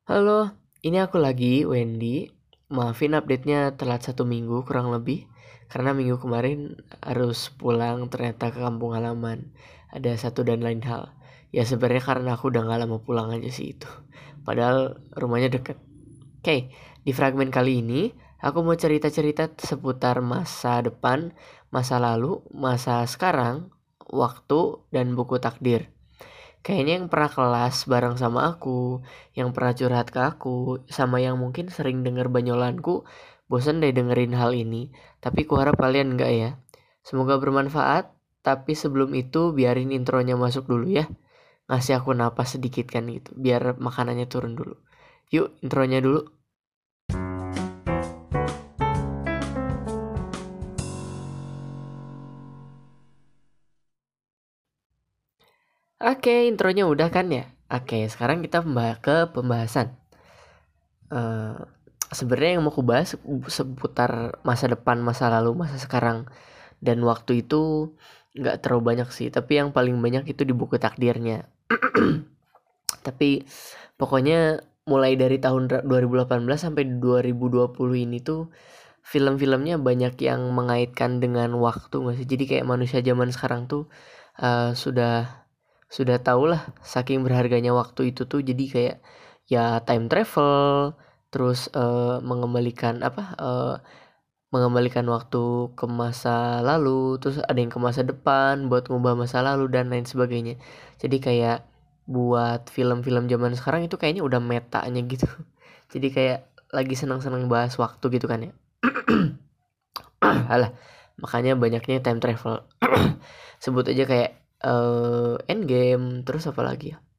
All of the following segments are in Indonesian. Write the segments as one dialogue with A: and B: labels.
A: Halo, ini aku lagi, Wendy. Maafin update-nya telat 1 minggu kurang lebih. Karena minggu kemarin harus pulang ternyata ke kampung halaman. Ada satu dan lain hal. Ya sebenarnya karena aku udah gak lama pulang aja sih itu. Padahal rumahnya deket. Oke, di fragmen kali ini aku mau cerita-cerita seputar masa depan, masa lalu, masa sekarang, waktu, dan buku takdir. Kayaknya yang pernah kelas bareng sama aku, yang pernah curhat ke aku, sama yang mungkin sering denger banyolanku, bosen deh dengerin hal ini. Tapi kuharap kalian enggak ya. Semoga bermanfaat, tapi sebelum itu biarin intronya masuk dulu ya. Ngasih aku napas sedikit kan gitu, biar makanannya turun dulu. Yuk, intronya dulu. Oke, intronya udah kan ya? Oke, sekarang kita ke pembahasan. Eh, Sebenarnya yang mau aku bahas seputar masa depan, masa lalu, masa sekarang, dan waktu itu nggak terlalu banyak sih. Tapi yang paling banyak itu di buku takdirnya. Tapi pokoknya mulai dari tahun 2018 sampai 2020 ini tuh film-filmnya banyak yang mengaitkan dengan waktu nggak sih? Jadi kayak manusia zaman sekarang tuh sudah tau lah saking berharganya waktu itu tuh, jadi kayak ya time travel, terus mengembalikan waktu ke masa lalu, terus ada yang ke masa depan buat ngubah masa lalu dan lain sebagainya. Jadi kayak buat film-film zaman sekarang itu kayaknya udah metanya gitu. Jadi kayak lagi senang-senang bahas waktu gitu kan ya. Alah, makanya banyaknya time travel. Sebut aja kayak Endgame, terus apa lagi ya?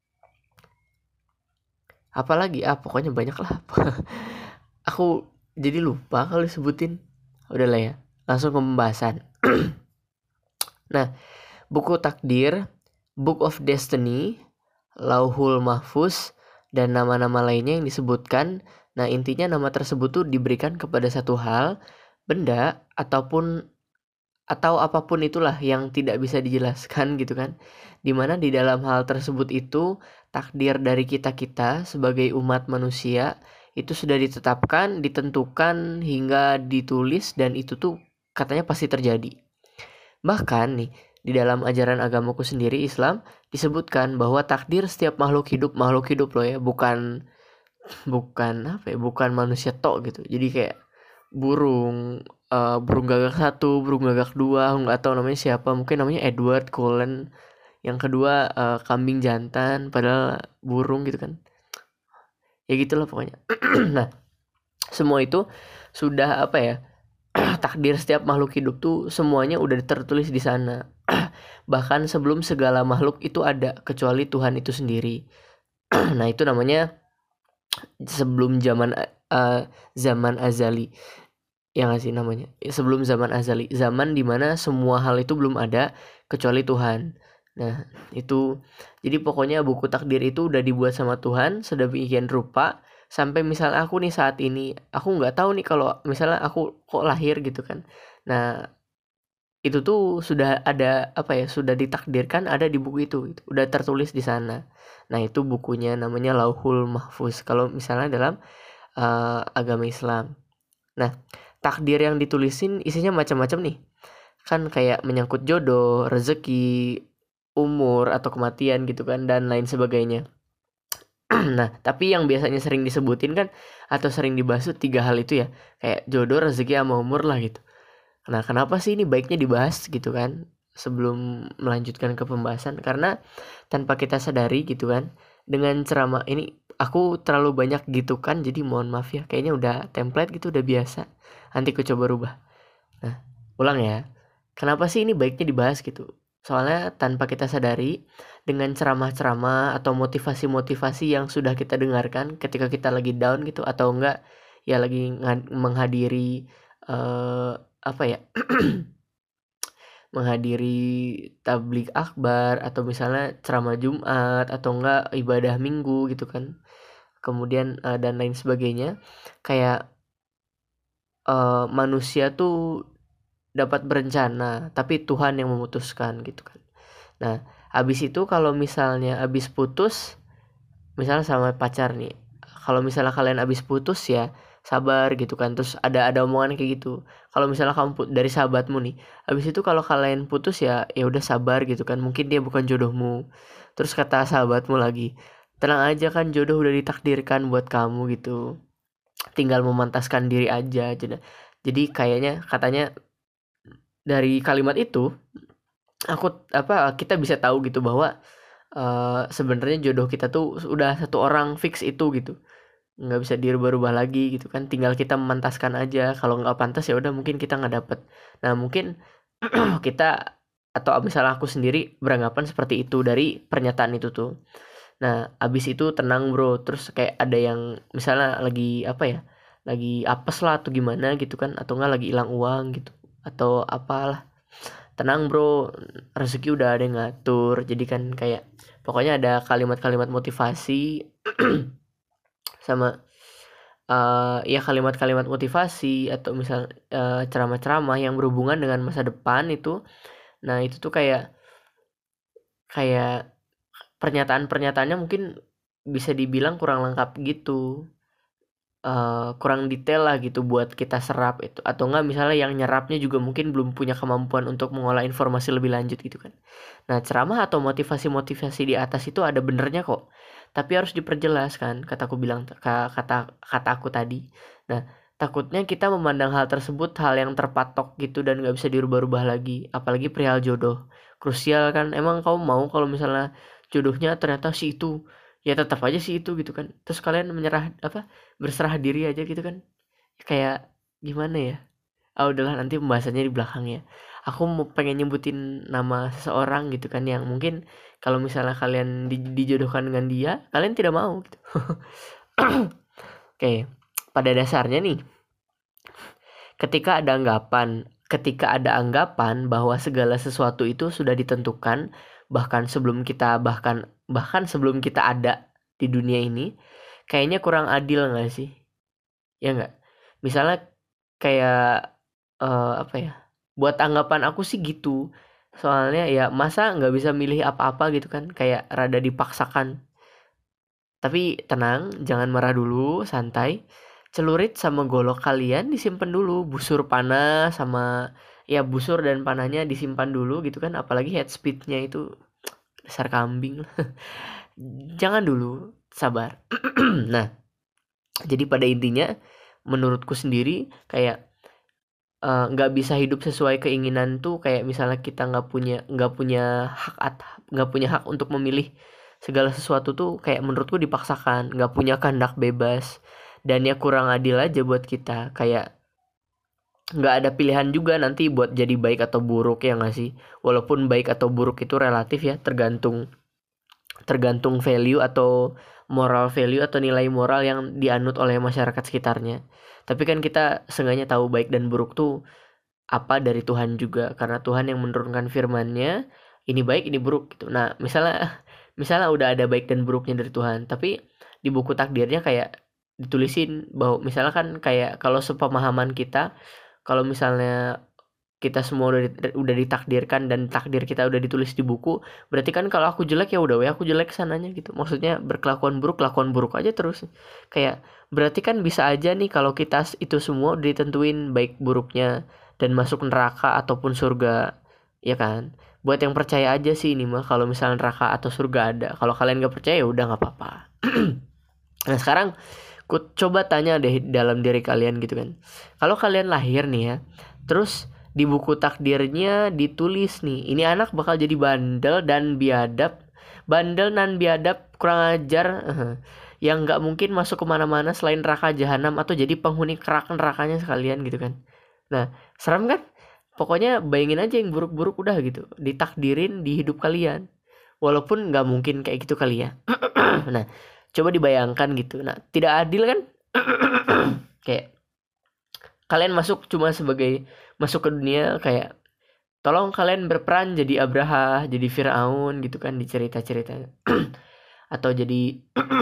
A: Apalagi pokoknya banyak lah. Aku jadi lupa kalau disebutin. Udah lah ya, langsung ke pembahasan. Nah, buku takdir, Book of Destiny, Lauhul Mahfuz, dan nama-nama lainnya yang disebutkan. Nah, intinya nama tersebut tuh diberikan kepada satu hal, benda, atau apapun itulah yang tidak bisa dijelaskan gitu kan. Dimana di dalam hal tersebut itu takdir dari kita-kita sebagai umat manusia itu sudah ditetapkan, ditentukan hingga ditulis, dan itu tuh katanya pasti terjadi. Bahkan nih, di dalam ajaran agamaku sendiri Islam disebutkan bahwa takdir setiap makhluk hidup loh ya, bukan bukan apa ya, bukan manusia tok gitu. Jadi kayak burung gagak satu, burung gagak dua, aku nggak tahu namanya siapa, mungkin namanya Edward Cullen. Yang kedua kambing jantan, padahal burung gitu kan. Ya gitulah pokoknya. Nah, semua itu sudah apa ya? Takdir setiap makhluk hidup tuh semuanya udah tertulis di sana. Bahkan sebelum segala makhluk itu ada, kecuali Tuhan itu sendiri. Nah, itu namanya sebelum zaman azali. Ya nggak sih namanya? Sebelum zaman azali, zaman dimana semua hal itu belum ada kecuali Tuhan. Nah, itu jadi pokoknya buku takdir itu udah dibuat sama Tuhan sedemikian rupa sampai misal aku nih saat ini aku nggak tahu nih kalau misalnya aku kok lahir gitu kan. Nah, itu tuh sudah ada apa ya, sudah ditakdirkan ada di buku itu, udah tertulis di sana. Nah, itu bukunya namanya Lauhul Mahfuz kalau misalnya dalam agama Islam. Nah, takdir yang ditulisin isinya macam-macam nih. Kan kayak menyangkut jodoh, rezeki, umur atau kematian gitu kan, dan lain sebagainya. Nah, tapi yang biasanya sering disebutin kan atau sering dibahas tuh 3 hal itu ya. Kayak jodoh, rezeki, sama umur lah gitu. Nah, kenapa sih ini baiknya dibahas gitu kan sebelum melanjutkan ke pembahasan? Karena tanpa kita sadari gitu kan, dengan ceramah ini aku terlalu banyak gitu kan, jadi mohon maaf ya. Kayaknya udah template gitu, udah biasa. Nanti aku coba rubah. Nah, ulang ya. Kenapa sih ini baiknya dibahas gitu? Soalnya tanpa kita sadari, dengan ceramah-ceramah atau motivasi-motivasi yang sudah kita dengarkan ketika kita lagi down gitu, atau enggak ya lagi menghadiri eh, apa ya, menghadiri tablik akbar, atau misalnya ceramah Jumat, atau enggak ibadah minggu gitu kan. Kemudian dan lain sebagainya. Kayak manusia tuh dapat berencana, tapi Tuhan yang memutuskan gitu kan. Nah, habis itu kalau misalnya habis putus, misalnya sama pacar nih, kalau misalnya kalian abis putus ya sabar gitu kan. Terus ada omongan kayak gitu, kalau misalnya kamu dari sahabatmu nih, abis itu kalau kalian putus ya ya udah sabar gitu kan, mungkin dia bukan jodohmu. Terus kata sahabatmu lagi, tenang aja kan jodoh udah ditakdirkan buat kamu gitu, tinggal memantaskan diri aja. Jadi kayaknya katanya dari kalimat itu kita bisa tahu gitu bahwa sebenarnya jodoh kita tuh udah satu orang fix itu gitu, nggak bisa dirubah-rubah lagi gitu kan, tinggal kita memantaskan aja. Kalau nggak pantas ya udah mungkin kita nggak dapet. Nah mungkin kita atau misalnya aku sendiri beranggapan seperti itu dari pernyataan itu tuh. Nah abis itu tenang bro, terus kayak ada yang misalnya lagi apa ya, lagi apes lah atau gimana gitu kan, atau nggak lagi hilang uang gitu atau apalah, tenang bro, rezeki udah ada yang ngatur. Jadi kan kayak pokoknya ada kalimat-kalimat motivasi sama ya kalimat-kalimat motivasi atau misal ceramah-ceramah yang berhubungan dengan masa depan itu. Nah itu tuh kayak kayak pernyataan-pernyataannya mungkin bisa dibilang kurang lengkap gitu, kurang detail lah gitu buat kita serap itu, atau enggak misalnya yang nyerapnya juga mungkin belum punya kemampuan untuk mengolah informasi lebih lanjut gitu kan. Nah ceramah atau motivasi-motivasi di atas itu ada benernya kok, tapi harus diperjelas kan, kataku bilang kata aku tadi. Nah takutnya kita memandang hal tersebut hal yang terpatok gitu dan nggak bisa dirubah-rubah lagi, apalagi perihal jodoh krusial kan. Emang kamu mau kalau misalnya jodohnya ternyata si itu, ya tetap aja sih itu gitu kan, terus kalian menyerah berserah diri aja gitu kan, kayak gimana ya. Udahlah nanti pembahasannya di belakang ya. Aku mau pengen nyebutin nama seseorang gitu kan, yang mungkin kalau misalnya kalian dijodohkan dengan dia kalian tidak mau gitu. Oke, pada dasarnya nih, ketika ada anggapan bahwa segala sesuatu itu sudah ditentukan bahkan sebelum kita ada di dunia ini, kayaknya kurang adil nggak sih? Ya nggak? Misalnya kayak apa ya? Buat anggapan aku sih gitu. Soalnya ya masa nggak bisa milih apa-apa gitu kan? Kayak rada dipaksakan. Tapi tenang, jangan marah dulu, santai. Celurit sama golok kalian disimpan dulu, busur panah sama ya busur dan panahnya disimpan dulu gitu kan. Apalagi head speednya itu dasar kambing. Jangan dulu, sabar. Nah, jadi pada intinya menurutku sendiri kayak nggak bisa hidup sesuai keinginan tuh kayak misalnya kita nggak punya hak untuk memilih segala sesuatu tuh, kayak menurutku dipaksakan, nggak punya kehendak bebas. Dan ya kurang adil aja buat kita, kayak nggak ada pilihan juga nanti buat jadi baik atau buruk, ya nggak sih? Walaupun baik atau buruk itu relatif ya, tergantung tergantung value atau moral value atau nilai moral yang dianut oleh masyarakat sekitarnya. Tapi kan kita seenggaknya tahu baik dan buruk tuh apa dari Tuhan juga, karena Tuhan yang menurunkan firman-Nya, ini baik ini buruk gitu. Nah misalnya misalnya udah ada baik dan buruknya dari Tuhan, tapi di buku takdirnya kayak ditulisin bahwa misalnya kan kayak kalau sepemahaman kita, kalau misalnya kita semua udah ditakdirkan dan takdir kita udah ditulis di buku, berarti kan kalau aku jelek ya udah aku jelek sananya gitu. Maksudnya berkelakuan buruk, kelakuan buruk aja terus. Kayak berarti kan bisa aja nih kalau kita itu semua udah ditentuin baik buruknya dan masuk neraka ataupun surga, ya kan? Buat yang percaya aja sih ini mah, kalau misalnya neraka atau surga ada. Kalau kalian gak percaya ya udah nggak apa-apa. Nah sekarang ku coba tanya deh dalam diri kalian gitu kan. Kalau kalian lahir nih ya, terus di buku takdirnya ditulis nih, ini anak bakal jadi bandel dan biadab, kurang ajar, yang nggak mungkin masuk kemana-mana selain neraka jahanam atau jadi penghuni nerakanya sekalian gitu kan. Nah, serem kan? Pokoknya bayangin aja yang buruk-buruk udah gitu, ditakdirin di hidup kalian. Walaupun nggak mungkin kayak gitu kali ya. Nah, coba dibayangkan gitu. Nah, tidak adil kan? Kayak kalian masuk ke dunia kayak tolong kalian berperan jadi Abraha, jadi Firaun gitu kan di cerita-cerita. atau jadi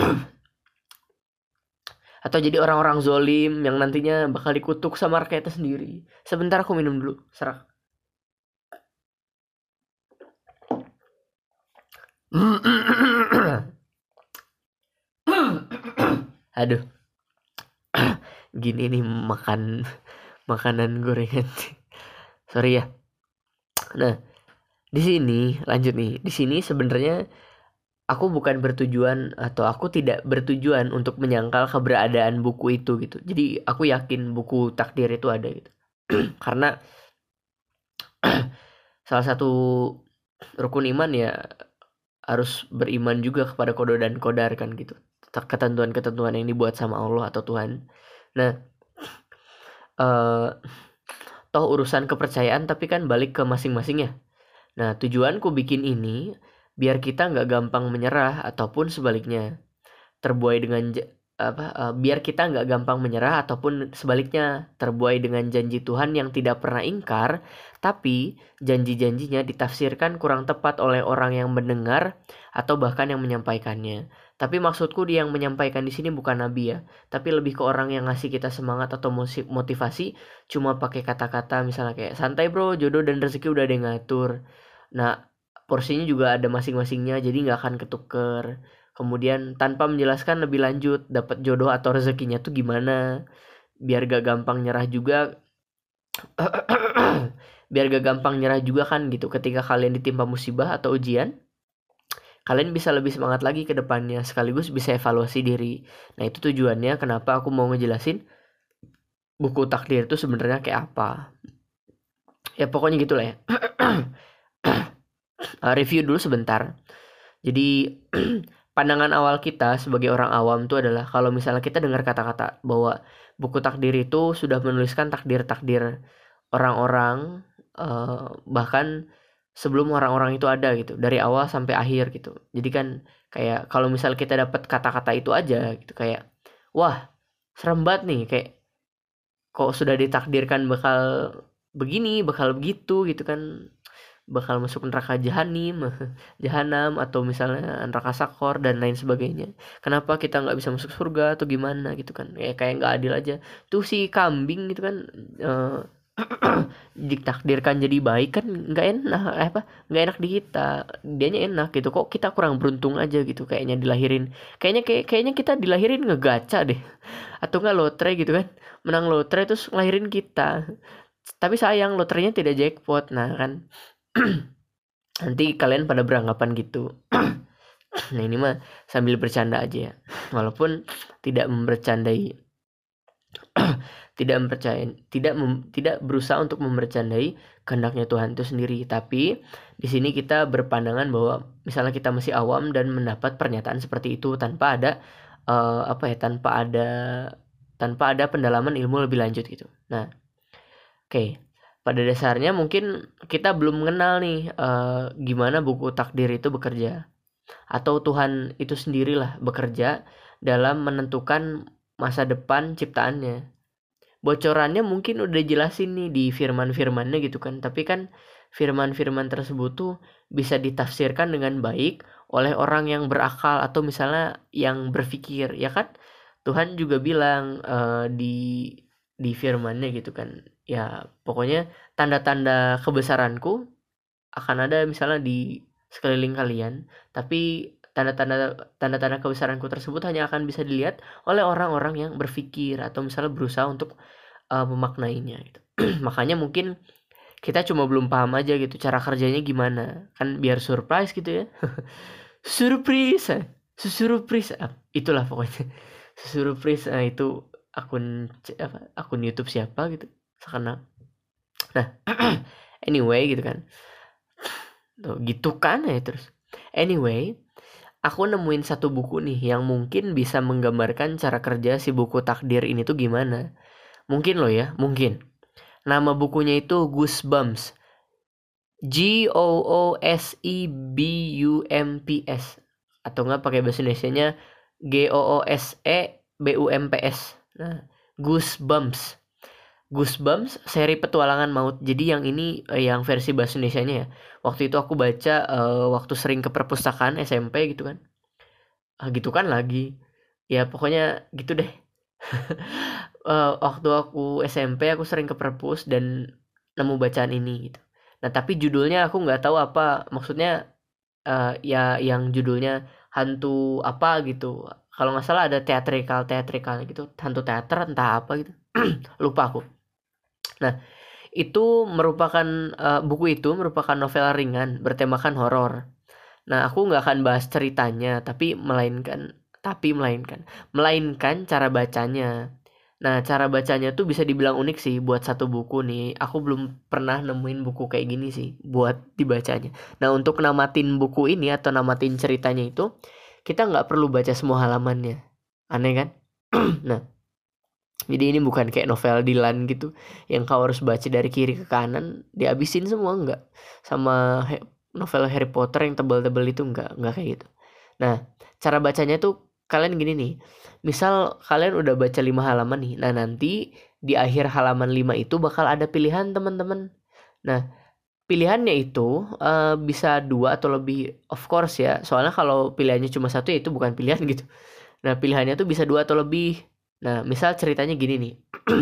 A: atau jadi orang-orang zolim yang nantinya bakal dikutuk sama rakyatnya sendiri. Sebentar aku minum dulu, serak. Aduh, gini nih makan makanan gorengan. Sorry ya. Nah, di sini lanjut nih. Di sini sebenarnya aku bukan bertujuan atau aku tidak bertujuan untuk menyangkal keberadaan buku itu gitu. Jadi aku yakin buku takdir itu ada gitu. Karena salah satu rukun iman ya harus beriman juga kepada qada dan qadar kan gitu. Ketentuan-ketentuan yang dibuat sama Allah atau Tuhan. Nah, eh toh urusan kepercayaan tapi kan balik ke masing-masing ya. Nah, tujuanku bikin ini biar kita nggak gampang menyerah ataupun sebaliknya terbuai dengan biar kita nggak gampang menyerah ataupun sebaliknya terbuai dengan janji Tuhan yang tidak pernah ingkar, tapi janji-janjinya ditafsirkan kurang tepat oleh orang yang mendengar atau bahkan yang menyampaikannya. Tapi maksudku yang menyampaikan di sini bukan nabi ya, tapi lebih ke orang yang ngasih kita semangat atau motivasi cuma pakai kata-kata misalnya kayak santai bro, jodoh dan rezeki udah ada yang ngatur. Nah, porsinya juga ada masing-masingnya jadi nggak akan ketuker. Kemudian tanpa menjelaskan lebih lanjut dapat jodoh atau rezekinya tuh gimana, biar gak gampang nyerah juga. Biar gak gampang nyerah juga kan gitu ketika kalian ditimpa musibah atau ujian. Kalian bisa lebih semangat lagi ke depannya sekaligus bisa evaluasi diri. Nah, itu tujuannya kenapa aku mau ngejelasin buku takdir itu sebenarnya kayak apa. Ya pokoknya gitulah ya. Review dulu sebentar. Jadi pandangan awal kita sebagai orang awam itu adalah kalau misalnya kita dengar kata-kata bahwa buku takdir itu sudah menuliskan takdir-takdir orang-orang, bahkan sebelum orang-orang itu ada gitu, dari awal sampai akhir gitu. Jadi kan kayak kalau misal kita dapat kata-kata itu aja gitu kayak wah, serem banget nih kayak kok sudah ditakdirkan bakal begini, bakal begitu gitu kan. Bakal masuk neraka jahanam atau misalnya neraka sakor dan lain sebagainya. Kenapa kita nggak bisa masuk surga atau gimana gitu kan? Kayak nggak adil aja. Tuh si kambing gitu kan eh, ditakdirkan jadi baik kan nggak enak nggak enak di kita, dianya enak gitu kok kita kurang beruntung aja gitu kayaknya dilahirin kayaknya kita dilahirin ngegaca deh atau nggak lotre gitu kan, menang lotre terus ngelahirin kita tapi sayang lotrenya tidak jackpot. Nah kan nanti kalian pada beranggapan gitu. Nah ini mah sambil bercanda aja ya, walaupun tidak membercandai tidak berusaha untuk membercandai kehendaknya Tuhan itu sendiri, tapi di sini kita berpandangan bahwa misalnya kita masih awam dan mendapat pernyataan seperti itu tanpa ada tanpa ada pendalaman ilmu lebih lanjut gitu. Nah, oke. Pada dasarnya mungkin kita belum mengenal nih gimana buku takdir itu bekerja. Atau Tuhan itu sendirilah bekerja dalam menentukan masa depan ciptaannya. Bocorannya mungkin udah jelasin nih di firman-firmannya gitu kan. Tapi kan firman-firman tersebut tuh bisa ditafsirkan dengan baik oleh orang yang berakal atau misalnya yang berpikir, ya kan? Tuhan juga bilang di firman-Nya gitu kan. Ya, pokoknya tanda-tanda kebesaranku akan ada misalnya di sekeliling kalian, tapi tanda-tanda kebesaranku tersebut hanya akan bisa dilihat oleh orang-orang yang berpikir atau misalnya berusaha untuk memaknainya gitu. Makanya mungkin kita cuma belum paham aja gitu cara kerjanya gimana. Kan biar surprise gitu ya. Surprise. Surprise. Itulah pokoknya. Surprise itu akun YouTube siapa gitu. Sekarang. Nah, anyway gitu kan. Tuh, gitu kan ya terus. Anyway, aku nemuin satu buku nih yang mungkin bisa menggambarkan cara kerja si buku takdir ini tuh gimana. Mungkin loh ya, mungkin. Nama bukunya itu Goosebumps. Goosebumps atau enggak pakai bahasa Indonesianya Goosebumps. Nah, Goosebumps. Goosebumps seri petualangan maut. Jadi yang ini yang versi bahasa Indonesianya ya. Waktu itu aku baca waktu sering ke perpustakaan SMP gitu kan. Gitu kan lagi. Ya pokoknya gitu deh. Waktu aku SMP aku sering ke perpus dan nemu bacaan ini gitu. Nah, tapi judulnya aku nggak tahu apa. Maksudnya ya yang judulnya hantu apa gitu. kalau nggak salah ada teatrikal gitu, hantu teater entah apa gitu. Lupa aku. Nah, itu merupakan buku itu merupakan novel ringan bertemakan horor. Nah, aku nggak akan bahas ceritanya, melainkan cara bacanya. Nah, cara bacanya tuh bisa dibilang unik sih buat satu buku nih. Aku belum pernah nemuin buku kayak gini sih buat dibacanya. Nah, untuk namatin buku ini atau namatin ceritanya itu, kita nggak perlu baca semua halamannya. Aneh kan? Nah, jadi ini bukan kayak novel Dylan gitu, yang kau harus baca dari kiri ke kanan, dihabisin semua, nggak. Sama novel Harry Potter yang tebal-tebal itu nggak kayak gitu. Nah, cara bacanya tuh kalian gini nih. Misal kalian udah baca 5 halaman nih. Nah, nanti di akhir halaman 5 itu bakal ada pilihan, teman-teman. Nah, pilihannya itu bisa 2 atau lebih, of course ya. Soalnya kalau pilihannya cuma satu ya itu bukan pilihan gitu. Nah, pilihannya tuh bisa 2 atau lebih. Nah, misal ceritanya gini nih.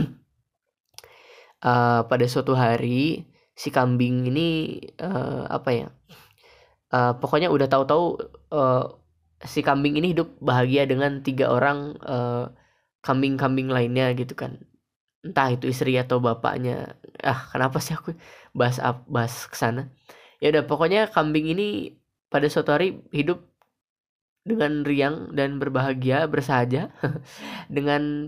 A: Pada suatu hari si kambing ini apa ya? Pokoknya udah tahu-tahu si kambing ini hidup bahagia dengan 3 orang kambing-kambing lainnya gitu kan. Entah itu istri atau bapaknya. Kenapa sih aku bahas ke sana? Ya udah, pokoknya kambing ini pada suatu hari hidup dengan riang dan berbahagia bersahaja dengan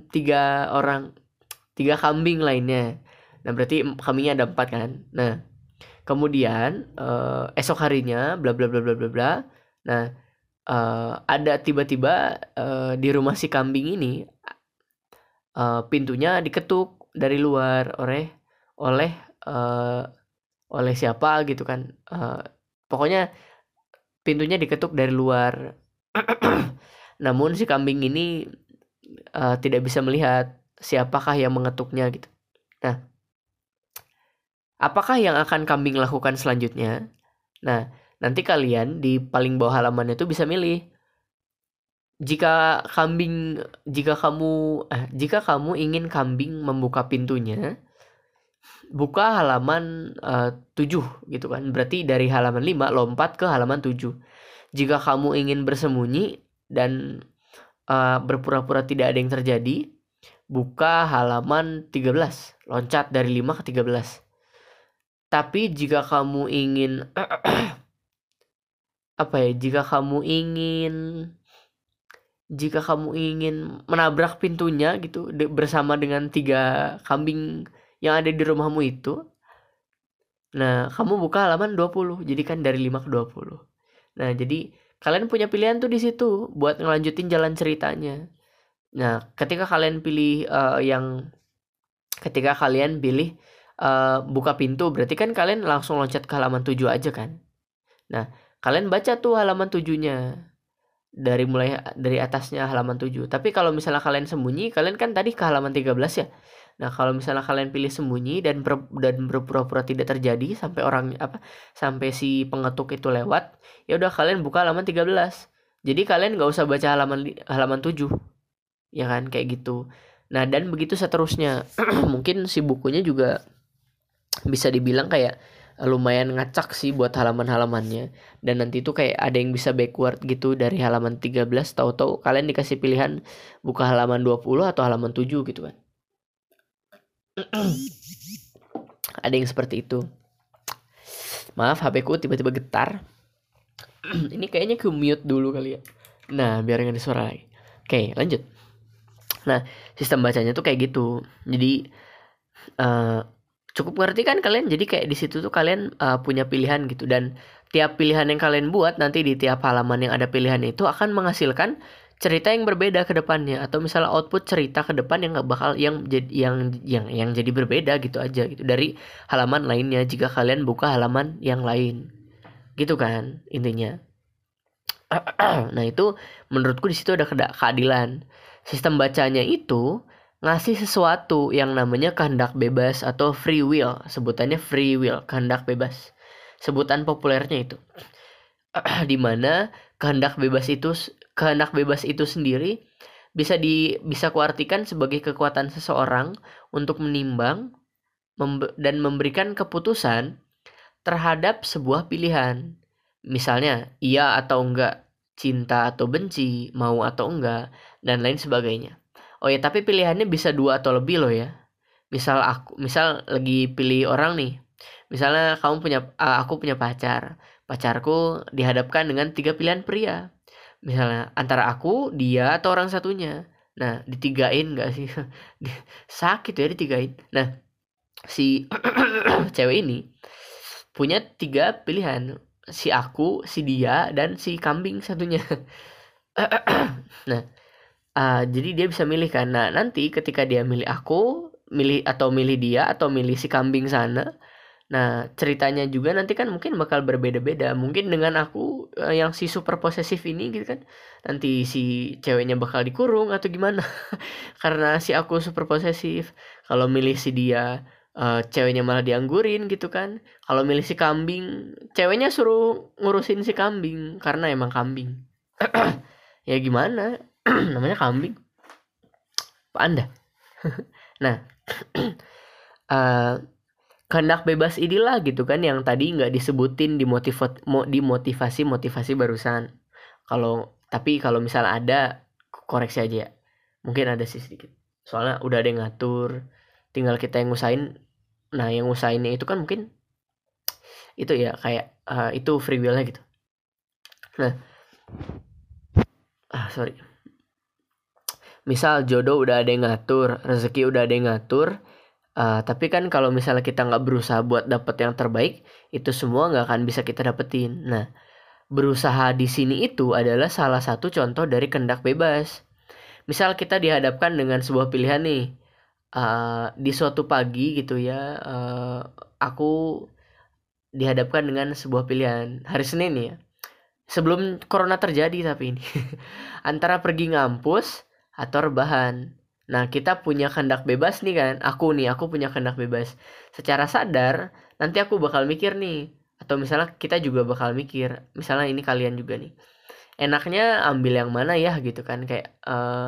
A: 3 kambing lainnya. Nah, berarti kambingnya ada 4 kan. Nah, kemudian esok harinya bla bla bla bla bla bla. Nah, ada tiba-tiba di rumah si kambing ini pintunya diketuk dari luar oleh eh, oleh siapa gitu kan. Pokoknya pintunya diketuk dari luar. Namun si kambing ini tidak bisa melihat siapakah yang mengetuknya gitu. Nah, apakah yang akan kambing lakukan selanjutnya? Nah, nanti kalian di paling bawah halaman itu bisa milih. Jika kambing, jika kamu ingin kambing membuka pintunya, buka halaman 7 gitu kan. Berarti dari halaman 5 lompat ke halaman 7. Jika kamu ingin bersembunyi dan berpura-pura tidak ada yang terjadi, buka halaman 13. Loncat dari 5 ke 13. Tapi jika kamu ingin jika kamu ingin menabrak pintunya gitu bersama dengan 3 kambing yang ada di rumahmu itu, nah kamu buka halaman 20. Jadi kan dari 5 ke 20. Nah, jadi kalian punya pilihan tuh di situ buat ngelanjutin jalan ceritanya. Nah, ketika kalian pilih buka pintu, berarti kan kalian langsung loncat ke halaman 7 aja kan. Nah, kalian baca tuh halaman 7-nya. Mulai dari atasnya halaman 7. Tapi kalau misalnya kalian sembunyi, kalian kan tadi ke halaman 13 ya. Nah, kalau misalnya kalian pilih sembunyi dan berpura-pura tidak terjadi sampai si pengetuk itu lewat, ya udah kalian buka halaman 13. Jadi kalian nggak usah baca halaman 7. Ya kan, kayak gitu. Nah, dan begitu seterusnya. Mungkin si bukunya juga bisa dibilang kayak lumayan ngacak sih buat halaman-halamannya. Dan nanti tuh kayak ada yang bisa backward gitu dari halaman 13, tahu-tahu kalian dikasih pilihan buka halaman 20 atau halaman 7 gitu kan. Ada yang seperti itu. Maaf, HP ku tiba-tiba getar. Ini kayaknya ke mute dulu kali ya. Nah, biar nggak ada suara lagi. Oke, lanjut. Nah, sistem bacanya tuh kayak gitu. Jadi cukup ngerti kan kalian? Jadi kayak di situ tuh kalian punya pilihan gitu, dan tiap pilihan yang kalian buat nanti di tiap halaman yang ada pilihan itu akan menghasilkan cerita yang berbeda ke depannya, atau misalnya output cerita ke depan yang nggak bakal yang jadi berbeda gitu aja gitu dari halaman lainnya jika kalian buka halaman yang lain. Gitu kan intinya. Nah, itu menurutku di situ ada keadilan. Sistem bacanya itu ngasih sesuatu yang namanya kehendak bebas atau free will. Sebutannya free will, kehendak bebas. Sebutan populernya itu. Di mana kehendak bebas itu sendiri bisa kuartikan sebagai kekuatan seseorang untuk menimbang dan memberikan keputusan terhadap sebuah pilihan. Misalnya, iya atau enggak. cinta atau benci, mau atau enggak, dan lain sebagainya. Oh ya, tapi pilihannya bisa 2 atau lebih loh ya. Misal lagi pilih orang nih. Misalnya aku punya pacar. Pacarku dihadapkan dengan 3 pilihan pria. Misalnya antara aku, dia, atau orang satunya. Nah, ditigain nggak sih? Sakit ya ditigain. Nah, si cewek ini punya 3 pilihan. Si aku, si dia, dan si kambing satunya. Nah, jadi dia bisa milih kan. Nah, nanti ketika dia milih aku, milih dia atau milih si kambing sana. Nah, ceritanya juga nanti kan mungkin bakal berbeda-beda. Mungkin dengan aku yang si super posesif ini gitu kan. Nanti si ceweknya bakal dikurung atau gimana. Karena si aku super posesif. Kalau milih si dia, ceweknya malah dianggurin gitu kan. Kalau milih si kambing, ceweknya suruh ngurusin si kambing karena emang kambing. Ya gimana? Namanya kambing. Apa Anda? Nah, kehendak bebas inilah gitu kan yang tadi nggak disebutin di motivasi barusan. Tapi kalau misalnya ada, koreksi aja ya. Mungkin ada sih sedikit. Soalnya udah ada yang ngatur, tinggal kita yang ngusain. Nah, yang ngusainnya itu kan mungkin itu ya kayak itu free will-nya gitu. Nah, sorry. Misal jodoh udah ada yang ngatur, rezeki udah ada yang ngatur, tapi kan kalau misalnya kita nggak berusaha buat dapet yang terbaik, itu semua nggak akan bisa kita dapetin. Nah, berusaha di sini itu adalah salah satu contoh dari kehendak bebas. Misal kita dihadapkan dengan sebuah pilihan nih, di suatu pagi gitu ya, aku dihadapkan dengan sebuah pilihan hari Senin ya, sebelum corona terjadi tapi ini antara pergi ngampus atau rebahan. Nah, kita punya kehendak bebas nih kan. Aku punya kehendak bebas. Secara sadar, nanti aku bakal mikir nih. Atau misalnya kita juga bakal mikir. Misalnya ini kalian juga nih. Enaknya ambil yang mana ya gitu kan. Kayak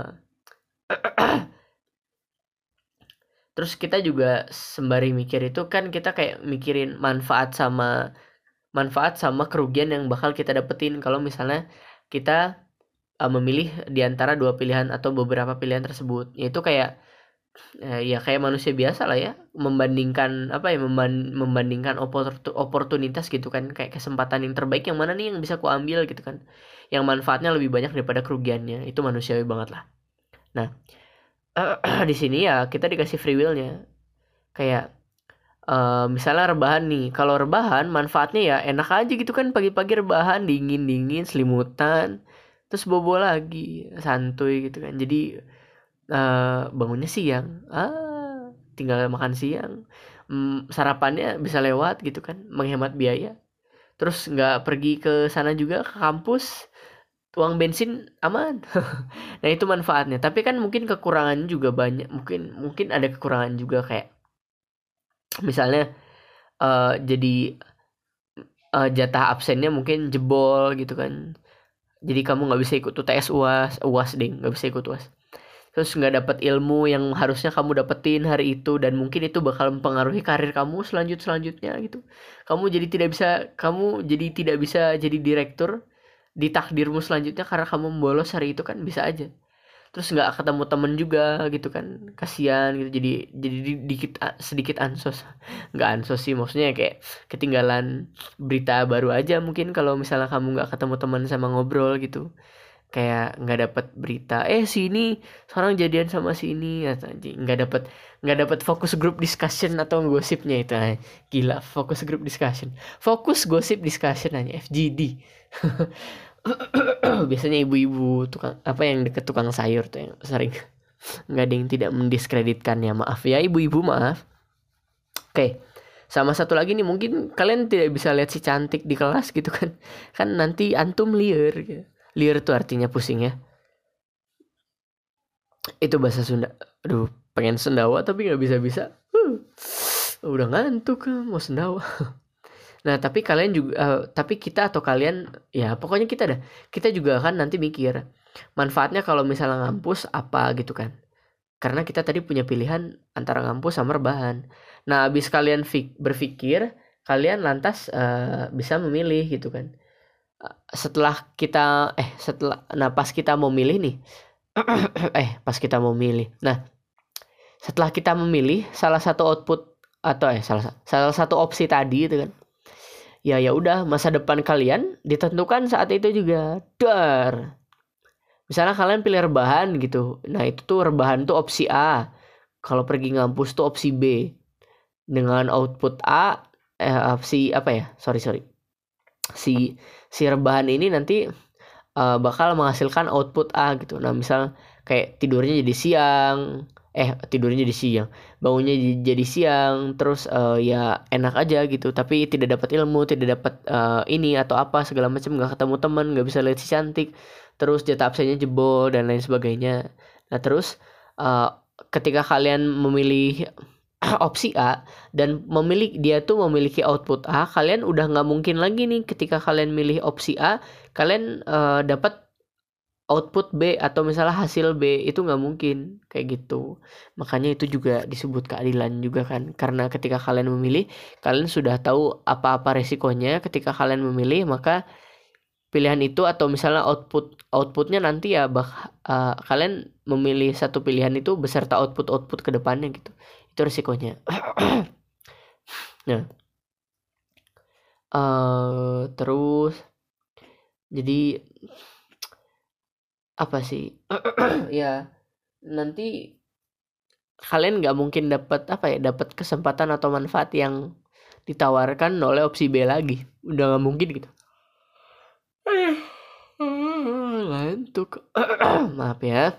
A: terus kita juga sembari mikir itu kan kita kayak mikirin manfaat sama kerugian yang bakal kita dapetin kalau misalnya kita memilih di antara 2 pilihan atau beberapa pilihan tersebut. Itu kayak ya kayak manusia biasa lah ya, membandingkan membandingkan oportunitas gitu kan, kayak kesempatan yang terbaik yang mana nih yang bisa ku ambil gitu kan, yang manfaatnya lebih banyak daripada kerugiannya. Itu manusiawi banget lah. Nah, di sini ya kita dikasih free will-nya. Kayak misalnya rebahan nih, kalau rebahan manfaatnya ya enak aja gitu kan, pagi-pagi rebahan dingin selimutan, terus bobo lagi santuy gitu kan. Jadi bangunnya siang, tinggal makan siang, sarapannya bisa lewat gitu kan, menghemat biaya. Terus nggak pergi ke sana juga ke kampus, uang bensin aman. Nah, itu manfaatnya. Tapi kan mungkin kekurangannya juga banyak. Mungkin ada kekurangan juga kayak misalnya jadi jatah absennya mungkin jebol gitu kan. Jadi kamu nggak bisa ikut UTS UAS deh, nggak bisa ikut UAS. Terus nggak dapat ilmu yang harusnya kamu dapetin hari itu, dan mungkin itu bakal mempengaruhi karir kamu selanjutnya gitu. Kamu jadi tidak bisa jadi direktur di takdirmu selanjutnya karena kamu bolos hari itu kan, bisa aja. Terus nggak ketemu temen juga gitu kan, kasihan gitu. Jadi sedikit ansos. Nggak ansos sih, maksudnya kayak ketinggalan berita baru aja mungkin kalau misalnya kamu nggak ketemu teman sama ngobrol gitu. Kayak nggak dapat berita sini seorang jadian sama sini, atau nggak dapat fokus group discussion atau gosipnya itu. Gila, fokus gosip discussion hanya FGD. Biasanya ibu-ibu tukang yang deket tukang sayur tuh yang sering. Nggak ada yang tidak mendiskreditkan ya, maaf ya ibu-ibu, maaf. Oke, sama satu lagi nih, mungkin kalian tidak bisa lihat si cantik di kelas gitu kan nanti antum liar gitu. Liar tuh artinya pusing ya. Itu bahasa Sunda. Aduh, pengen sendawa tapi nggak bisa. Udah ngantuk mau sendawa. Nah, tapi kalian juga tapi kita atau kalian ya pokoknya kita juga kan nanti mikir manfaatnya kalau misalnya ngampus apa gitu kan. Karena kita tadi punya pilihan antara ngampus sama rebahan. Nah, habis kalian berpikir, kalian lantas bisa memilih gitu kan. pas kita mau milih nih pas kita mau milih. Nah, setelah kita memilih salah satu output atau salah satu opsi tadi itu kan. Ya udah, masa depan kalian ditentukan saat itu juga. Dar. Misalnya kalian pilih rebahan gitu. Nah, itu tuh rebahan tuh opsi A. Kalau pergi ngampus tuh opsi B. Dengan output A si apa ya? Sorry. Si rebahan ini nanti bakal menghasilkan output A gitu. Nah, misal kayak tidurnya jadi siang, bangunnya jadi siang, terus ya enak aja gitu, tapi tidak dapat ilmu, tidak dapat ini atau apa segala macam, nggak ketemu teman, nggak bisa lihat si cantik, terus jatah absennya jebol dan lain sebagainya. Nah, terus ketika kalian memilih opsi A dan dia tuh memiliki output A, kalian udah nggak mungkin lagi nih ketika kalian milih opsi A kalian dapat output B atau misalnya hasil B, itu nggak mungkin kayak gitu. Makanya itu juga disebut keadilan juga kan, karena ketika kalian memilih kalian sudah tahu apa-apa resikonya. Ketika kalian memilih maka pilihan itu atau misalnya outputnya nanti ya kalian memilih satu pilihan itu beserta output ke depannya gitu, itu resikonya. Nah, terus jadi apa sih ya nanti kalian nggak mungkin dapat kesempatan atau manfaat yang ditawarkan oleh opsi B lagi, udah nggak mungkin gitu. Lantuk. Maaf ya,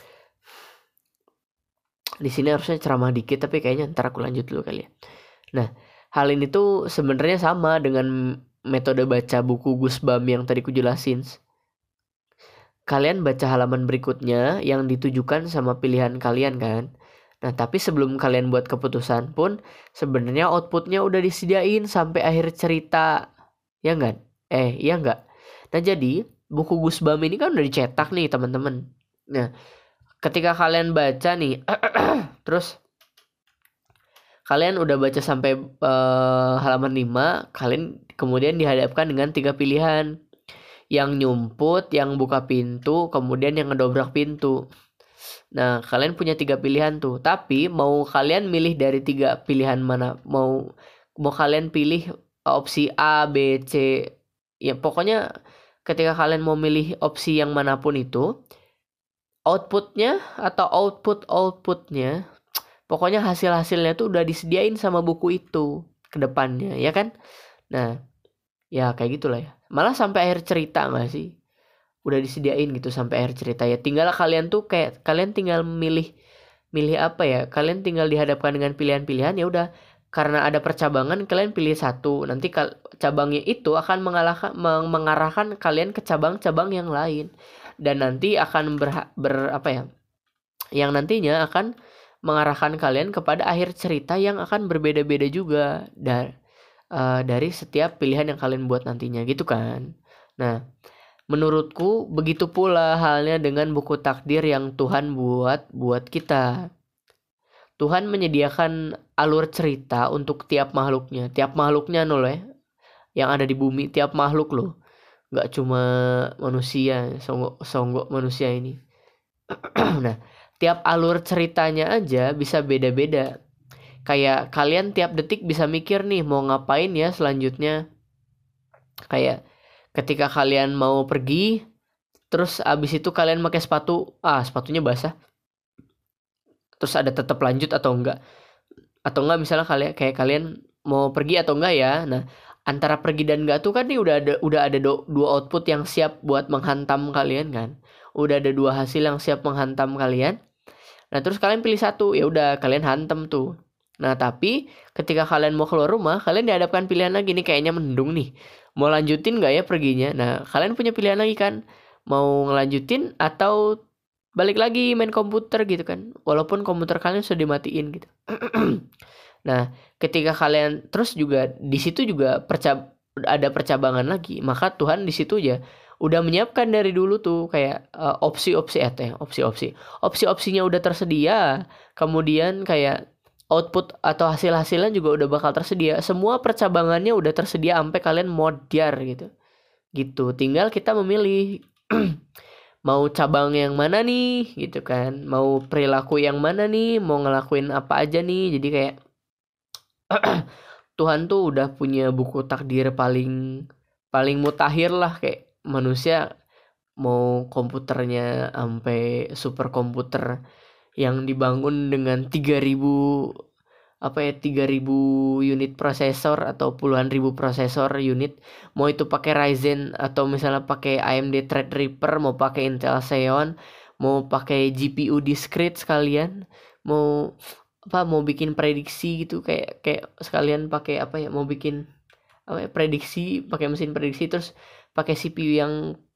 A: di sini harusnya ceramah dikit tapi kayaknya ntar aku lanjut dulu kali ya. Nah, hal ini tuh sebenarnya sama dengan metode baca buku Gus Bam yang tadi ku jelasin. Kalian baca halaman berikutnya yang ditujukan sama pilihan kalian kan. Nah, tapi sebelum kalian buat keputusan pun sebenarnya outputnya udah disediain sampai akhir cerita. Ya enggak? Iya enggak? Nah, jadi buku Gus Bam ini kan udah dicetak nih teman-teman. Nah, ketika kalian baca nih terus kalian udah baca sampai halaman 5, kalian kemudian dihadapkan dengan 3 pilihan. Yang nyumput, yang buka pintu, kemudian yang ngedobrak pintu. Nah, kalian punya 3 pilihan tuh. Tapi mau kalian milih dari 3 pilihan mana? Mau kalian pilih opsi A, B, C. Ya pokoknya ketika kalian mau milih opsi yang manapun itu, outputnya atau outputnya, pokoknya hasilnya tuh udah disediain sama buku itu ke depannya, ya kan? Nah, ya kayak gitulah ya. Malah sampai akhir cerita nggak sih? Udah disediain gitu sampai akhir cerita ya. Tinggal kalian tuh kayak kalian tinggal milih apa ya? Kalian tinggal dihadapkan dengan pilihan-pilihan, ya udah. Karena ada percabangan kalian pilih satu. Nanti cabangnya itu akan mengarahkan kalian ke cabang-cabang yang lain. Dan nanti akan yang nantinya akan mengarahkan kalian kepada akhir cerita yang akan berbeda-beda juga dari setiap pilihan yang kalian buat nantinya gitu kan. Nah, menurutku begitu pula halnya dengan buku takdir yang Tuhan buat kita. Tuhan menyediakan alur cerita untuk tiap makhluknya loh ya, yang ada di bumi, tiap makhluk loh. Gak cuma manusia, songgok manusia ini. Nah, tiap alur ceritanya aja bisa beda-beda. Kayak kalian tiap detik bisa mikir nih mau ngapain ya selanjutnya. Kayak ketika kalian mau pergi, terus abis itu kalian pakai sepatu, sepatunya basah. Terus ada tetap lanjut atau enggak misalnya kalian mau pergi atau enggak ya. Nah, antara pergi dan enggak tuh kan nih udah ada dua output yang siap buat menghantam kalian kan. Udah ada 2 hasil yang siap menghantam kalian. Nah, terus kalian pilih satu, ya udah kalian hantam tuh. Nah, tapi ketika kalian mau keluar rumah, kalian dihadapkan pilihan lagi nih, kayaknya mendung nih. Mau lanjutin nggak ya perginya? Nah, kalian punya pilihan lagi kan. Mau ngelanjutin atau balik lagi main komputer gitu kan. Walaupun komputer kalian sudah dimatiin gitu. Nah, ketika kalian terus juga di situ juga ada percabangan lagi. Maka Tuhan di situ ya udah menyiapkan dari dulu tuh kayak opsi-opsinya udah tersedia. Kemudian kayak output atau hasilnya juga udah bakal tersedia. Semua percabangannya udah tersedia sampai kalian modiar gitu. gitu. Tinggal kita memilih mau cabang yang mana nih gitu kan, mau perilaku yang mana nih, mau ngelakuin apa aja nih. Jadi kayak Tuhan tuh udah punya buku takdir paling paling mutakhir lah. Kayak manusia mau komputernya sampai super komputer yang dibangun dengan 3.000 unit prosesor atau puluhan ribu prosesor unit, mau itu pakai Ryzen atau misalnya pakai AMD Threadripper, mau pakai Intel Xeon, mau pakai GPU discrete sekalian, mau mau bikin prediksi gitu, kayak kayak sekalian pakai mau bikin prediksi pakai mesin prediksi, terus pakai CPU yang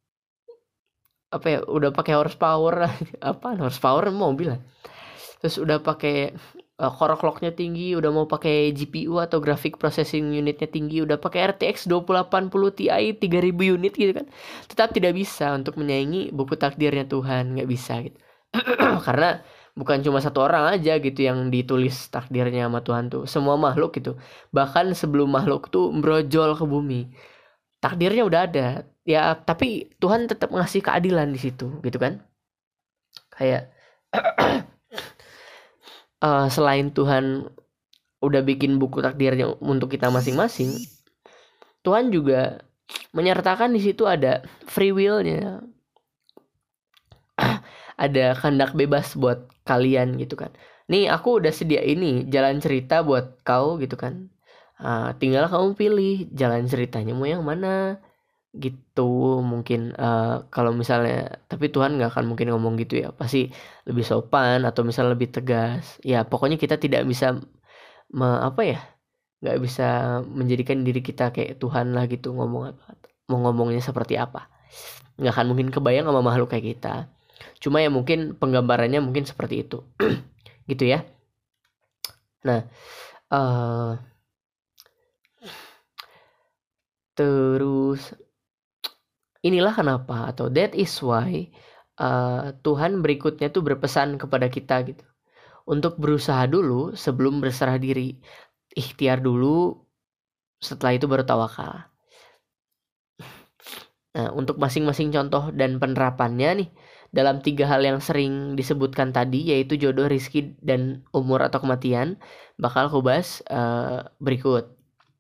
A: udah pakai horsepower horsepower mobil lah, terus udah pakai core clock-nya tinggi, udah mau pakai GPU atau graphic processing unitnya tinggi, udah pakai RTX 2080 Ti 3000 unit gitu kan, tetap tidak bisa untuk menyaingi buku takdirnya Tuhan, nggak bisa gitu. Karena bukan cuma satu orang aja gitu yang ditulis takdirnya sama Tuhan tuh, semua makhluk gitu. Bahkan sebelum makhluk tuh brojol ke bumi, takdirnya udah ada ya, tapi Tuhan tetap ngasih keadilan di situ gitu kan. Kayak selain Tuhan udah bikin buku takdirnya untuk kita masing-masing, Tuhan juga menyertakan di situ ada free will-nya, ada kehendak bebas buat kalian gitu kan. Nih aku udah sedia ini jalan cerita buat kau gitu kan. Tinggal kamu pilih jalan ceritanya mau yang mana gitu. Mungkin kalau misalnya, tapi Tuhan nggak akan mungkin ngomong gitu ya, pasti lebih sopan atau misalnya lebih tegas ya. Pokoknya kita tidak bisa nggak bisa menjadikan diri kita kayak Tuhan lah gitu, ngomong apa, mau ngomongnya seperti apa, nggak akan mungkin kebayang sama makhluk kayak kita. Cuma ya mungkin penggambarannya mungkin seperti itu. Gitu ya. Nah terus inilah kenapa, atau that is why Tuhan berikutnya tuh berpesan kepada kita gitu, untuk berusaha dulu sebelum berserah diri, ikhtiar dulu, setelah itu baru tawakal. Nah, untuk masing-masing contoh dan penerapannya nih dalam 3 hal yang sering disebutkan tadi, yaitu jodoh, rizki, dan umur atau kematian, bakal aku bahas berikut.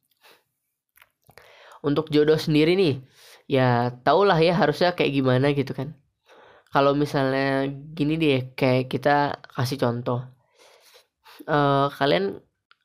A: Untuk jodoh sendiri nih, ya taulah ya harusnya kayak gimana gitu kan. Kalau misalnya gini deh, kayak kita kasih contoh, kalian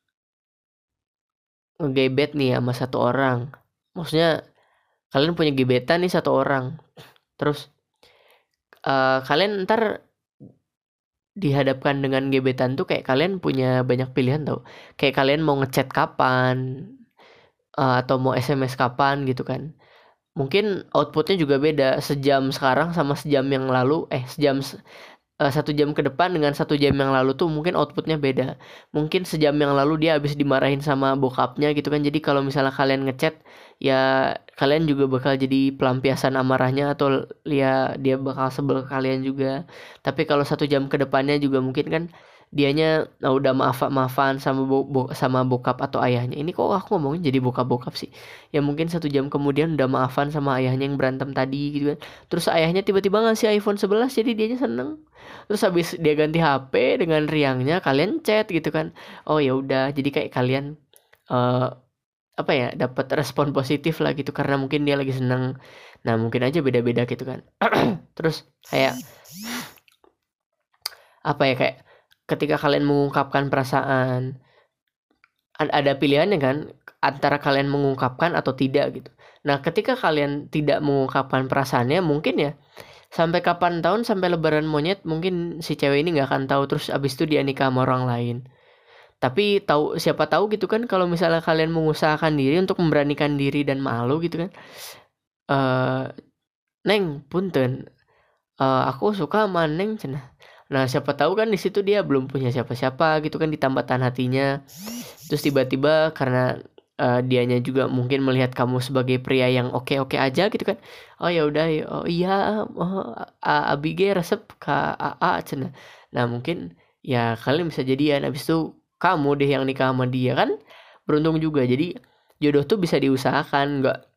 A: ngegebet nih sama satu orang, maksudnya kalian punya gebetan nih satu orang, terus kalian ntar dihadapkan dengan gebetan tuh kayak kalian punya banyak pilihan tau, kayak kalian mau ngechat kapan, atau mau SMS kapan gitu kan. Mungkin outputnya juga beda, sejam sekarang sama sejam yang lalu, 1 jam ke depan dengan 1 jam yang lalu tuh mungkin outputnya beda. Mungkin sejam yang lalu dia habis dimarahin sama bokapnya gitu kan, jadi kalau misalnya kalian ngechat ya kalian juga bakal jadi pelampiasan amarahnya, atau ya dia bakal sebel ke kalian juga. Tapi kalau 1 jam ke depannya juga mungkin kan dianya udah maafan sama sama bokap atau ayahnya. Ini kok aku ngomongin jadi bokap sih, ya mungkin 1 jam kemudian udah maafan sama ayahnya yang berantem tadi gitu kan. Terus ayahnya tiba-tiba ngasih iPhone 11, jadi dianya seneng. Terus habis dia ganti HP, dengan riangnya kalian chat gitu kan. Oh ya udah, jadi kayak kalian dapat respon positif lah gitu, karena mungkin dia lagi seneng. Nah mungkin aja beda-beda gitu kan. Terus kayak kayak ketika kalian mengungkapkan perasaan, ada pilihannya kan, antara kalian mengungkapkan atau tidak gitu. Nah ketika kalian tidak mengungkapkan perasaannya, mungkin ya sampai kapan tahun, sampai lebaran monyet mungkin si cewek ini nggak akan tahu, terus abis itu dia nikah sama orang lain. Tapi siapa tahu gitu kan, kalau misalnya kalian mengusahakan diri untuk memberanikan diri dan malu gitu kan, Neng punten, aku suka sama Neng cenah. Nah siapa tahu kan di situ dia belum punya siapa-siapa gitu kan, di tambatan hatinya. Terus tiba-tiba karena dianya juga mungkin melihat kamu sebagai pria yang oke-oke aja gitu kan. Oh ya udah, oh iya, abi ge resep ka AA cenah. Nah mungkin ya kalian bisa jadian, abis itu kamu deh yang nikah sama dia kan, beruntung juga. Jadi jodoh tuh bisa diusahakan,